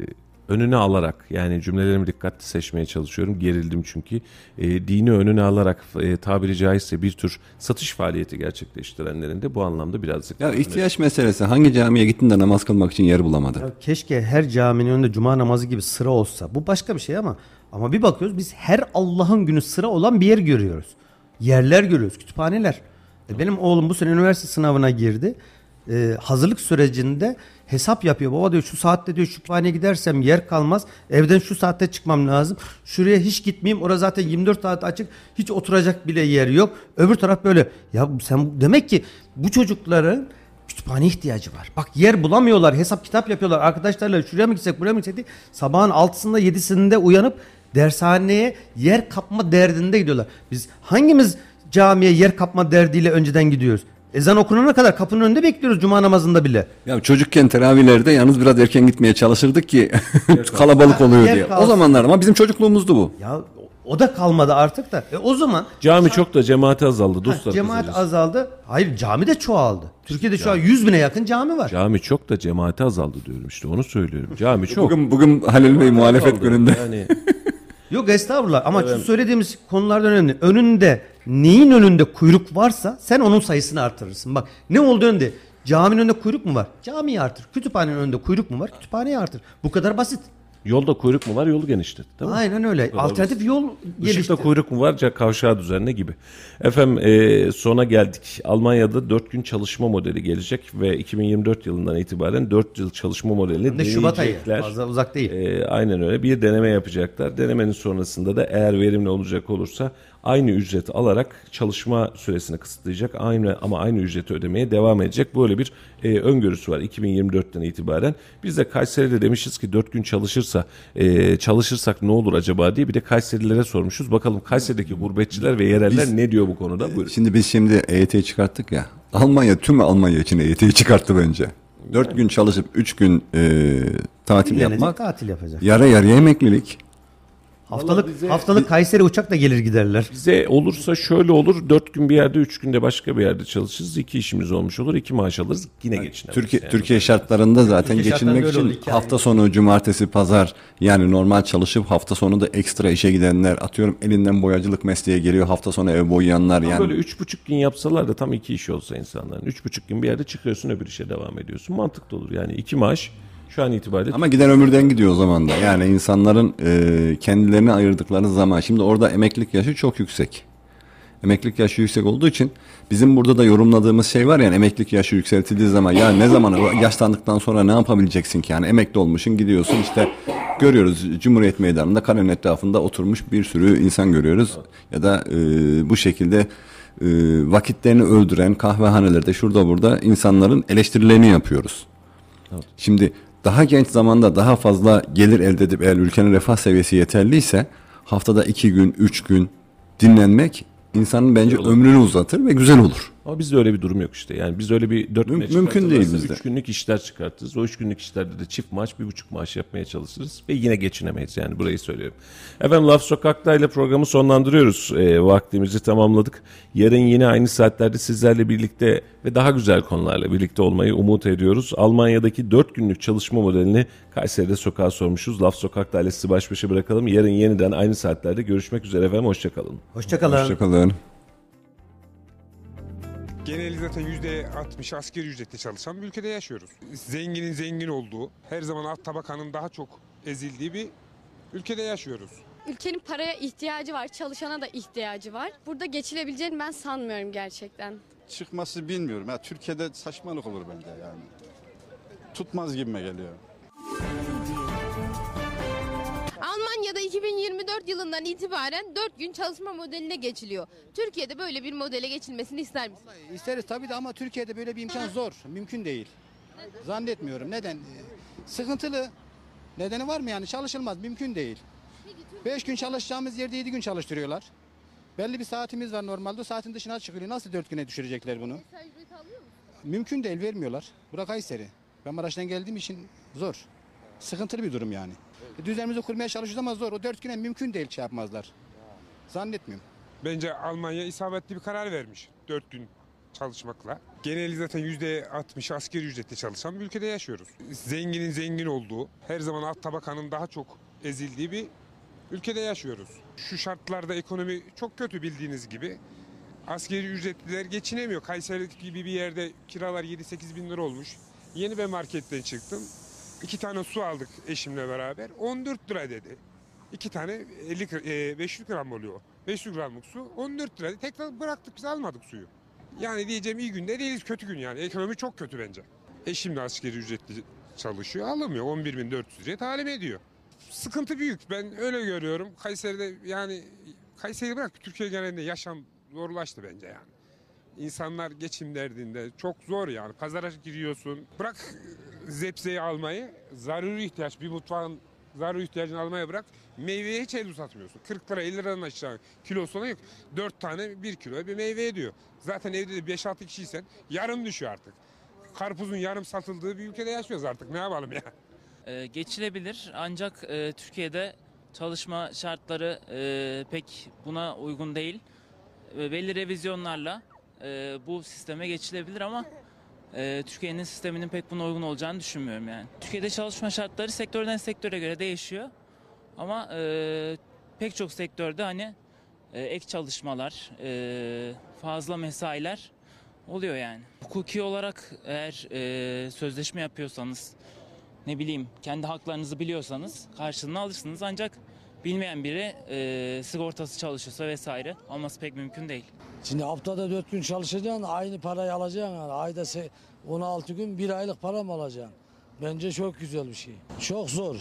önüne alarak, yani cümlelerimi dikkatli seçmeye çalışıyorum. Gerildim çünkü. Dini önüne alarak tabiri caizse bir tür satış faaliyeti gerçekleştirenlerin de bu anlamda birazcık... Ya ihtiyaç meselesi. Hangi camiye gittin de namaz kılmak için yer bulamadın? Ya keşke her caminin önünde cuma namazı gibi sıra olsa. Bu başka bir şey ama bir bakıyoruz biz her Allah'ın günü sıra olan bir yer görüyoruz. Yerler görüyoruz, kütüphaneler. Benim oğlum bu sene üniversite sınavına girdi. Hazırlık sürecinde hesap yapıyor. Baba diyor şu saatte diyor şu kütüphaneye gidersem yer kalmaz. Evden şu saatte çıkmam lazım. Şuraya hiç gitmeyeyim. Orası zaten 24 saat açık. Hiç oturacak bile yer yok. Öbür taraf böyle. Ya sen demek ki bu çocukların kütüphane ihtiyacı var. Bak yer bulamıyorlar. Hesap kitap yapıyorlar. Arkadaşlarla şuraya mı gitsek buraya mı gitsek diye sabahın 6'sında 7'sinde uyanıp dershaneye yer kapma derdinde gidiyorlar. Biz hangimiz camiye yer kapma derdiyle önceden gidiyoruz? Ezan okunana kadar kapının önünde bekliyoruz cuma namazında bile. Ya çocukken teravihlerde yalnız biraz erken gitmeye çalışırdık ki kalabalık oluyor Yer diye. kalsın. O zamanlar ama bizim çocukluğumuzdu bu. Ya o da kalmadı artık da. O zaman Cami çok da cemaati azaldı dostlar. cemaat kısacası. azaldı. Hayır cami de çoğaldı. Türkiye'de şu an 100 bine yakın cami var. Cami çok da cemaati azaldı diyorum, işte onu söylüyorum. Cami çok. Bugün Halil Bey muhalefet Azaldı. gününde. Yani Yok estağfurullah ama şu söylediğimiz konulardan önemli. Önünde neyin önünde kuyruk varsa sen onun sayısını artırırsın. Bak ne oldu önünde? Caminin önünde kuyruk mu var? Camiyi artır. Kütüphanenin önünde kuyruk mu var? Kütüphaneyi artır. Bu kadar basit. yolda kuyruk mu var, yolu genişlet. Tamam mı? Aynen öyle. Alternatif yol Işıkta geliştir. kuyruk mu var, kavşağı düzenle gibi. Efendim sona geldik. Almanya'da 4 gün çalışma modeli gelecek ve 2024 yılından itibaren 4 yıl çalışma modelini Ne Şubat ayı. deneyecekler. Fazla uzak değil. Aynen öyle. Bir deneme yapacaklar. Denemenin sonrasında da eğer verimli olacak olursa aynı ücret alarak çalışma süresini kısıtlayacak. Aynı ücreti ödemeye devam edecek. Böyle bir öngörüsü var 2024'ten itibaren. Biz de Kayseri'de demişiz ki 4 gün çalışırsak ne olur acaba diye bir de Kayserililere sormuşuz. Bakalım Kayseri'deki gurbetçiler ve yereller ne diyor bu konuda? Buyurun. Şimdi biz EYT'yi çıkarttık ya. Tüm Almanya için EYT'yi çıkarttı bence. 4 gün çalışıp 3 gün tatil Gelecek yapmak. tatil yapacak. Yarı yarıya emeklilik. Haftalık Kayseri uçakla gelir giderler. Bize olursa şöyle olur. 4 gün bir yerde, 3 günde başka bir yerde çalışırız. 2 işimiz olmuş olur. 2 maaş alırız. Yine geçinemez. Türkiye şartlarında zaten Türkiye geçinmek şartlarında öyle için oldu, 2 hafta sonu, cumartesi, pazar yani normal çalışıp hafta sonu da ekstra işe gidenler, atıyorum elinden boyacılık mesleğe geliyor, hafta sonu ev boyayanlar Ama yani. böyle 3,5 gün yapsalar da tam 2 iş olsa insanların. 3,5 gün bir yerde çıkıyorsun, öbür işe devam ediyorsun. Mantıklı olur. Yani 2 maaş şu an itibariyle. Ama giden ömürden gidiyor o zaman da. Yani insanların kendilerine ayırdıkları zaman. Şimdi orada emeklilik yaşı çok yüksek. Emeklilik yaşı yüksek olduğu için bizim burada da yorumladığımız şey var yani emeklilik yaşı yükseltildiği zaman ya ne zaman yaşlandıktan sonra ne yapabileceksin ki? Yani emekli olmuşsun gidiyorsun işte görüyoruz Cumhuriyet Meydanı'nda karenin etrafında oturmuş bir sürü insan görüyoruz. Ya da bu şekilde vakitlerini öldüren kahvehanelerde şurada burada insanların eleştirilerini yapıyoruz. Evet. Şimdi daha genç zamanda daha fazla gelir elde edip eğer ülkenin refah seviyesi yeterliyse haftada 2 gün 3 gün dinlenmek insanın bence ömrünü uzatır ve güzel olur. Ama bizde öyle bir durum yok işte. Yani biz öyle bir 4 güne Mümkün değil bizde. 3 günlük işler çıkartırız. O 3 günlük işlerde de çift maaş, 1,5 maaş yapmaya çalışırız. Ve yine geçinemeyiz yani, burayı söylüyorum. Efendim Laf Sokak'ta ile programı sonlandırıyoruz. Vaktimizi tamamladık. Yarın yine aynı saatlerde sizlerle birlikte ve daha güzel konularla birlikte olmayı umut ediyoruz. Almanya'daki 4 günlük çalışma modelini Kayseri'de sokağa sormuşuz. Laf Sokak'ta ile sizi baş başa bırakalım. Yarın yeniden aynı saatlerde görüşmek üzere efendim. Hoşçakalın. Hoşçakalın. Hoşçakalın. Geneli zaten %60 asgari ücretle çalışan bir ülkede yaşıyoruz. Zenginin zengin olduğu, her zaman alt tabakanın daha çok ezildiği bir ülkede yaşıyoruz. Ülkenin paraya ihtiyacı var, çalışana da ihtiyacı var. Burada geçilebileceğini ben sanmıyorum gerçekten. Çıkması bilmiyorum. Ya Türkiye'de saçmalık olur bence yani. Tutmaz gibime geliyor. Almanya'da 2024 yılından itibaren 4 gün çalışma modeline geçiliyor. Türkiye'de böyle bir modele geçilmesini ister misiniz? İsteriz tabii de ama Türkiye'de böyle bir imkan zor. Mümkün değil. Zannetmiyorum. Neden? Sıkıntılı. Nedeni var mı yani? Çalışılmaz. Mümkün değil. 5 gün çalışacağımız yerde 7 gün çalıştırıyorlar. Belli bir saatimiz var normalde. O saatin dışına çıkıyor. Nasıl 4 güne düşürecekler bunu? Mümkün değil. Vermiyorlar. Burası Kayseri. Ben Maraş'tan geldiğim için zor. Sıkıntılı bir durum yani. Düzenimizi kurmaya çalışıyoruz ama zor. O 4 güne mümkün değil yapmazlar. Zannetmiyorum. Bence Almanya isabetli bir karar vermiş. 4 gün çalışmakla. Geneli zaten %60 asgari ücretle çalışan bir ülkede yaşıyoruz. Zenginin zengin olduğu, her zaman alt tabakanın daha çok ezildiği bir ülkede yaşıyoruz. Şu şartlarda ekonomi çok kötü bildiğiniz gibi. Asgari ücretliler geçinemiyor. Kayseri gibi bir yerde kiralar 7-8 bin lira olmuş. Yeni bir marketten çıktım. 2 tane su aldık eşimle beraber. 14 lira dedi. 2 tane 500 gram oluyor. 500 gramlık su 14 lira. Tekrar bıraktık, biz almadık suyu. Yani diyeceğim iyi günde değiliz, kötü gün yani. Ekonomi çok kötü bence. Eşim de asgari ücretli çalışıyor, alamıyor. 11.400 liraya talim ediyor. Sıkıntı büyük. Ben öyle görüyorum. Kayseri'de yani Kayseri'yi bırak, Türkiye genelinde yaşam zorlaştı bence yani. İnsanlar geçim derdinde, çok zor yani. Pazara giriyorsun. Bırak zepseyi almayı, zaruri ihtiyaç, bir mutfağın zaruri ihtiyacını almaya bırak. Meyveye hiç el uzatmıyorsun. 40 lira 50 liradan aşağı kilosuna yok. 4 tane 1 kilo bir meyve ediyor. Zaten evde de 5-6 kişiysen yarım düşüyor artık. Karpuzun yarım satıldığı bir ülkede yaşıyoruz artık. Ne yapalım ya? Geçilebilir ancak Türkiye'de çalışma şartları pek buna uygun değil. Belli revizyonlarla bu sisteme geçilebilir ama Türkiye'nin sisteminin pek buna uygun olacağını düşünmüyorum yani. Türkiye'de çalışma şartları sektörden sektöre göre değişiyor. Ama pek çok sektörde hani ek çalışmalar, fazla mesailer oluyor yani. Hukuki olarak eğer sözleşme yapıyorsanız, ne bileyim kendi haklarınızı biliyorsanız karşılığını alırsınız. Ancak bilmeyen biri sigortası çalışıyorsa vesaire alması pek mümkün değil. Şimdi haftada 4 gün çalışacaksın, aynı parayı alacaksın. Yani ayda 16 gün 1 aylık para mı alacaksın? Bence çok güzel bir şey. Çok zor.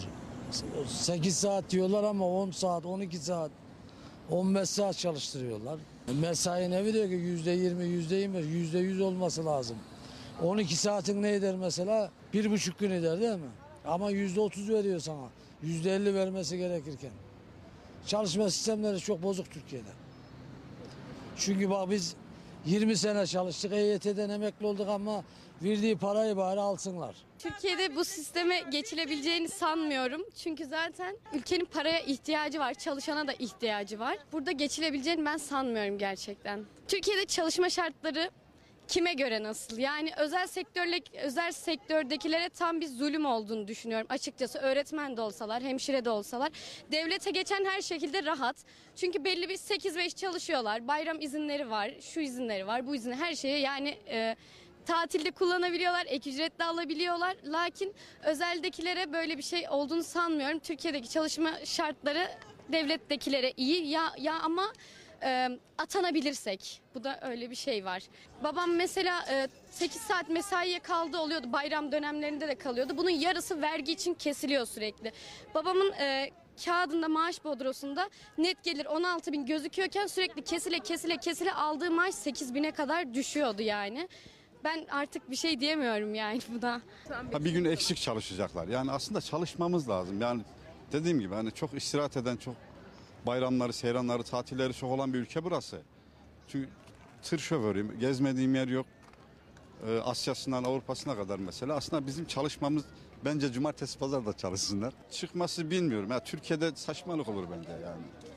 8 saat diyorlar ama 10 saat, 12 saat, 15 saat çalıştırıyorlar. Mesai ne diyor ki %20, %25, %100 olması lazım. 12 saatin ne eder mesela? 1,5 gün eder değil mi? Ama %30 veriyor sana. %50 vermesi gerekirken. Çalışma sistemleri çok bozuk Türkiye'de. Çünkü bak biz 20 sene çalıştık, EYT'den emekli olduk ama verdiği parayı bari alsınlar. Türkiye'de bu sisteme geçilebileceğini sanmıyorum. Çünkü zaten ülkenin paraya ihtiyacı var, çalışana da ihtiyacı var. Burada geçilebileceğini ben sanmıyorum gerçekten. Türkiye'de çalışma şartları kime göre nasıl? Yani özel sektördekilere tam bir zulüm olduğunu düşünüyorum. Açıkçası öğretmen de olsalar, hemşire de olsalar devlete geçen her şekilde rahat. Çünkü belli bir 8-5 çalışıyorlar. Bayram izinleri var, şu izinleri var, bu izinleri, her şeyi yani tatilde kullanabiliyorlar, ek ücret de alabiliyorlar. Lakin özeldekilere böyle bir şey olduğunu sanmıyorum. Türkiye'deki çalışma şartları devlettekilere iyi ya ama atanabilirsek. Bu da öyle bir şey var. Babam mesela 8 saat mesaiye kaldığı oluyordu. Bayram dönemlerinde de kalıyordu. Bunun yarısı vergi için kesiliyor sürekli. Babamın kağıdında, maaş bodrosunda net gelir 16.000 gözüküyorken sürekli kesile aldığı maaş 8.000'e kadar düşüyordu yani. Ben artık bir şey diyemiyorum yani buna. Bir gün eksik çalışacaklar. Yani aslında çalışmamız lazım. Yani dediğim gibi hani çok istirahat eden, çok bayramları, seyranları, tatilleri çok olan bir ülke burası. Çünkü tır şoförüyüm, gezmediğim yer yok. Asya'sından Avrupa'sına kadar mesela. Aslında bizim çalışmamız, bence cumartesi pazar da çalışsınlar. Çıkması bilmiyorum. Ya Türkiye'de saçmalık olur bence yani.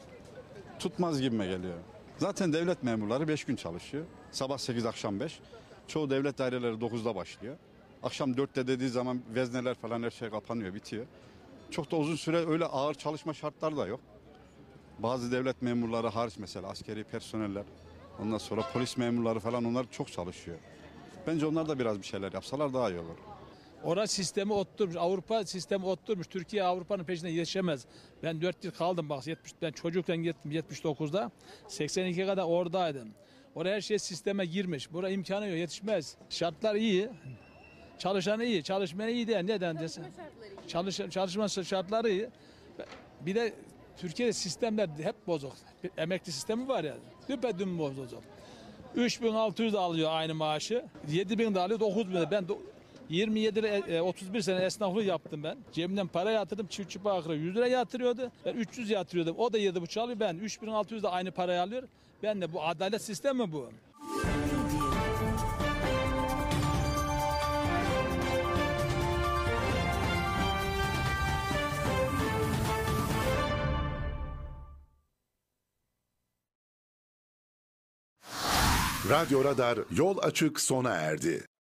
Tutmaz gibime geliyor. Zaten devlet memurları 5 gün çalışıyor. Sabah 8, akşam 5. Çoğu devlet daireleri 9'da başlıyor. Akşam 4'te dediği zaman vezneler falan her şey kapanıyor, bitiyor. Çok da uzun süre öyle ağır çalışma şartları da yok. Bazı devlet memurları hariç mesela askeri personeller, ondan sonra polis memurları falan, onlar çok çalışıyor. Bence onlar da biraz bir şeyler yapsalar daha iyi olur. Orada sistemi oturmuş, Avrupa sistemi oturmuş. Türkiye Avrupa'nın peşine yetişemez. Ben 4 yıl kaldım bak, ben çocukken gittim 79'da, 82'ye kadar oradaydım. Oraya her şey sisteme girmiş. Buraya imkanı yok, yetişmez. Şartlar iyi. Çalışan iyi, çalışmayan iyi değil. Neden desin? Çalışma şartları iyi. Bir de Türkiye'de sistemler hep bozuk. Bir emekli sistemi var ya, düpedüm bozuk. 3.600 de alıyor aynı maaşı. 7.000 de alıyor, 9.000 de. Ben 31 sene esnaflık yaptım ben. Cebimden para yatırdım. Çiftçi Bakır'a 100 lira yatırıyordu. Ben 300 yatırıyordum. O da 7.5 alıyor. Ben 3.600 de aynı parayı alıyor. Ben de bu adalet sistemi bu. Radyo Radar yol açık sona erdi.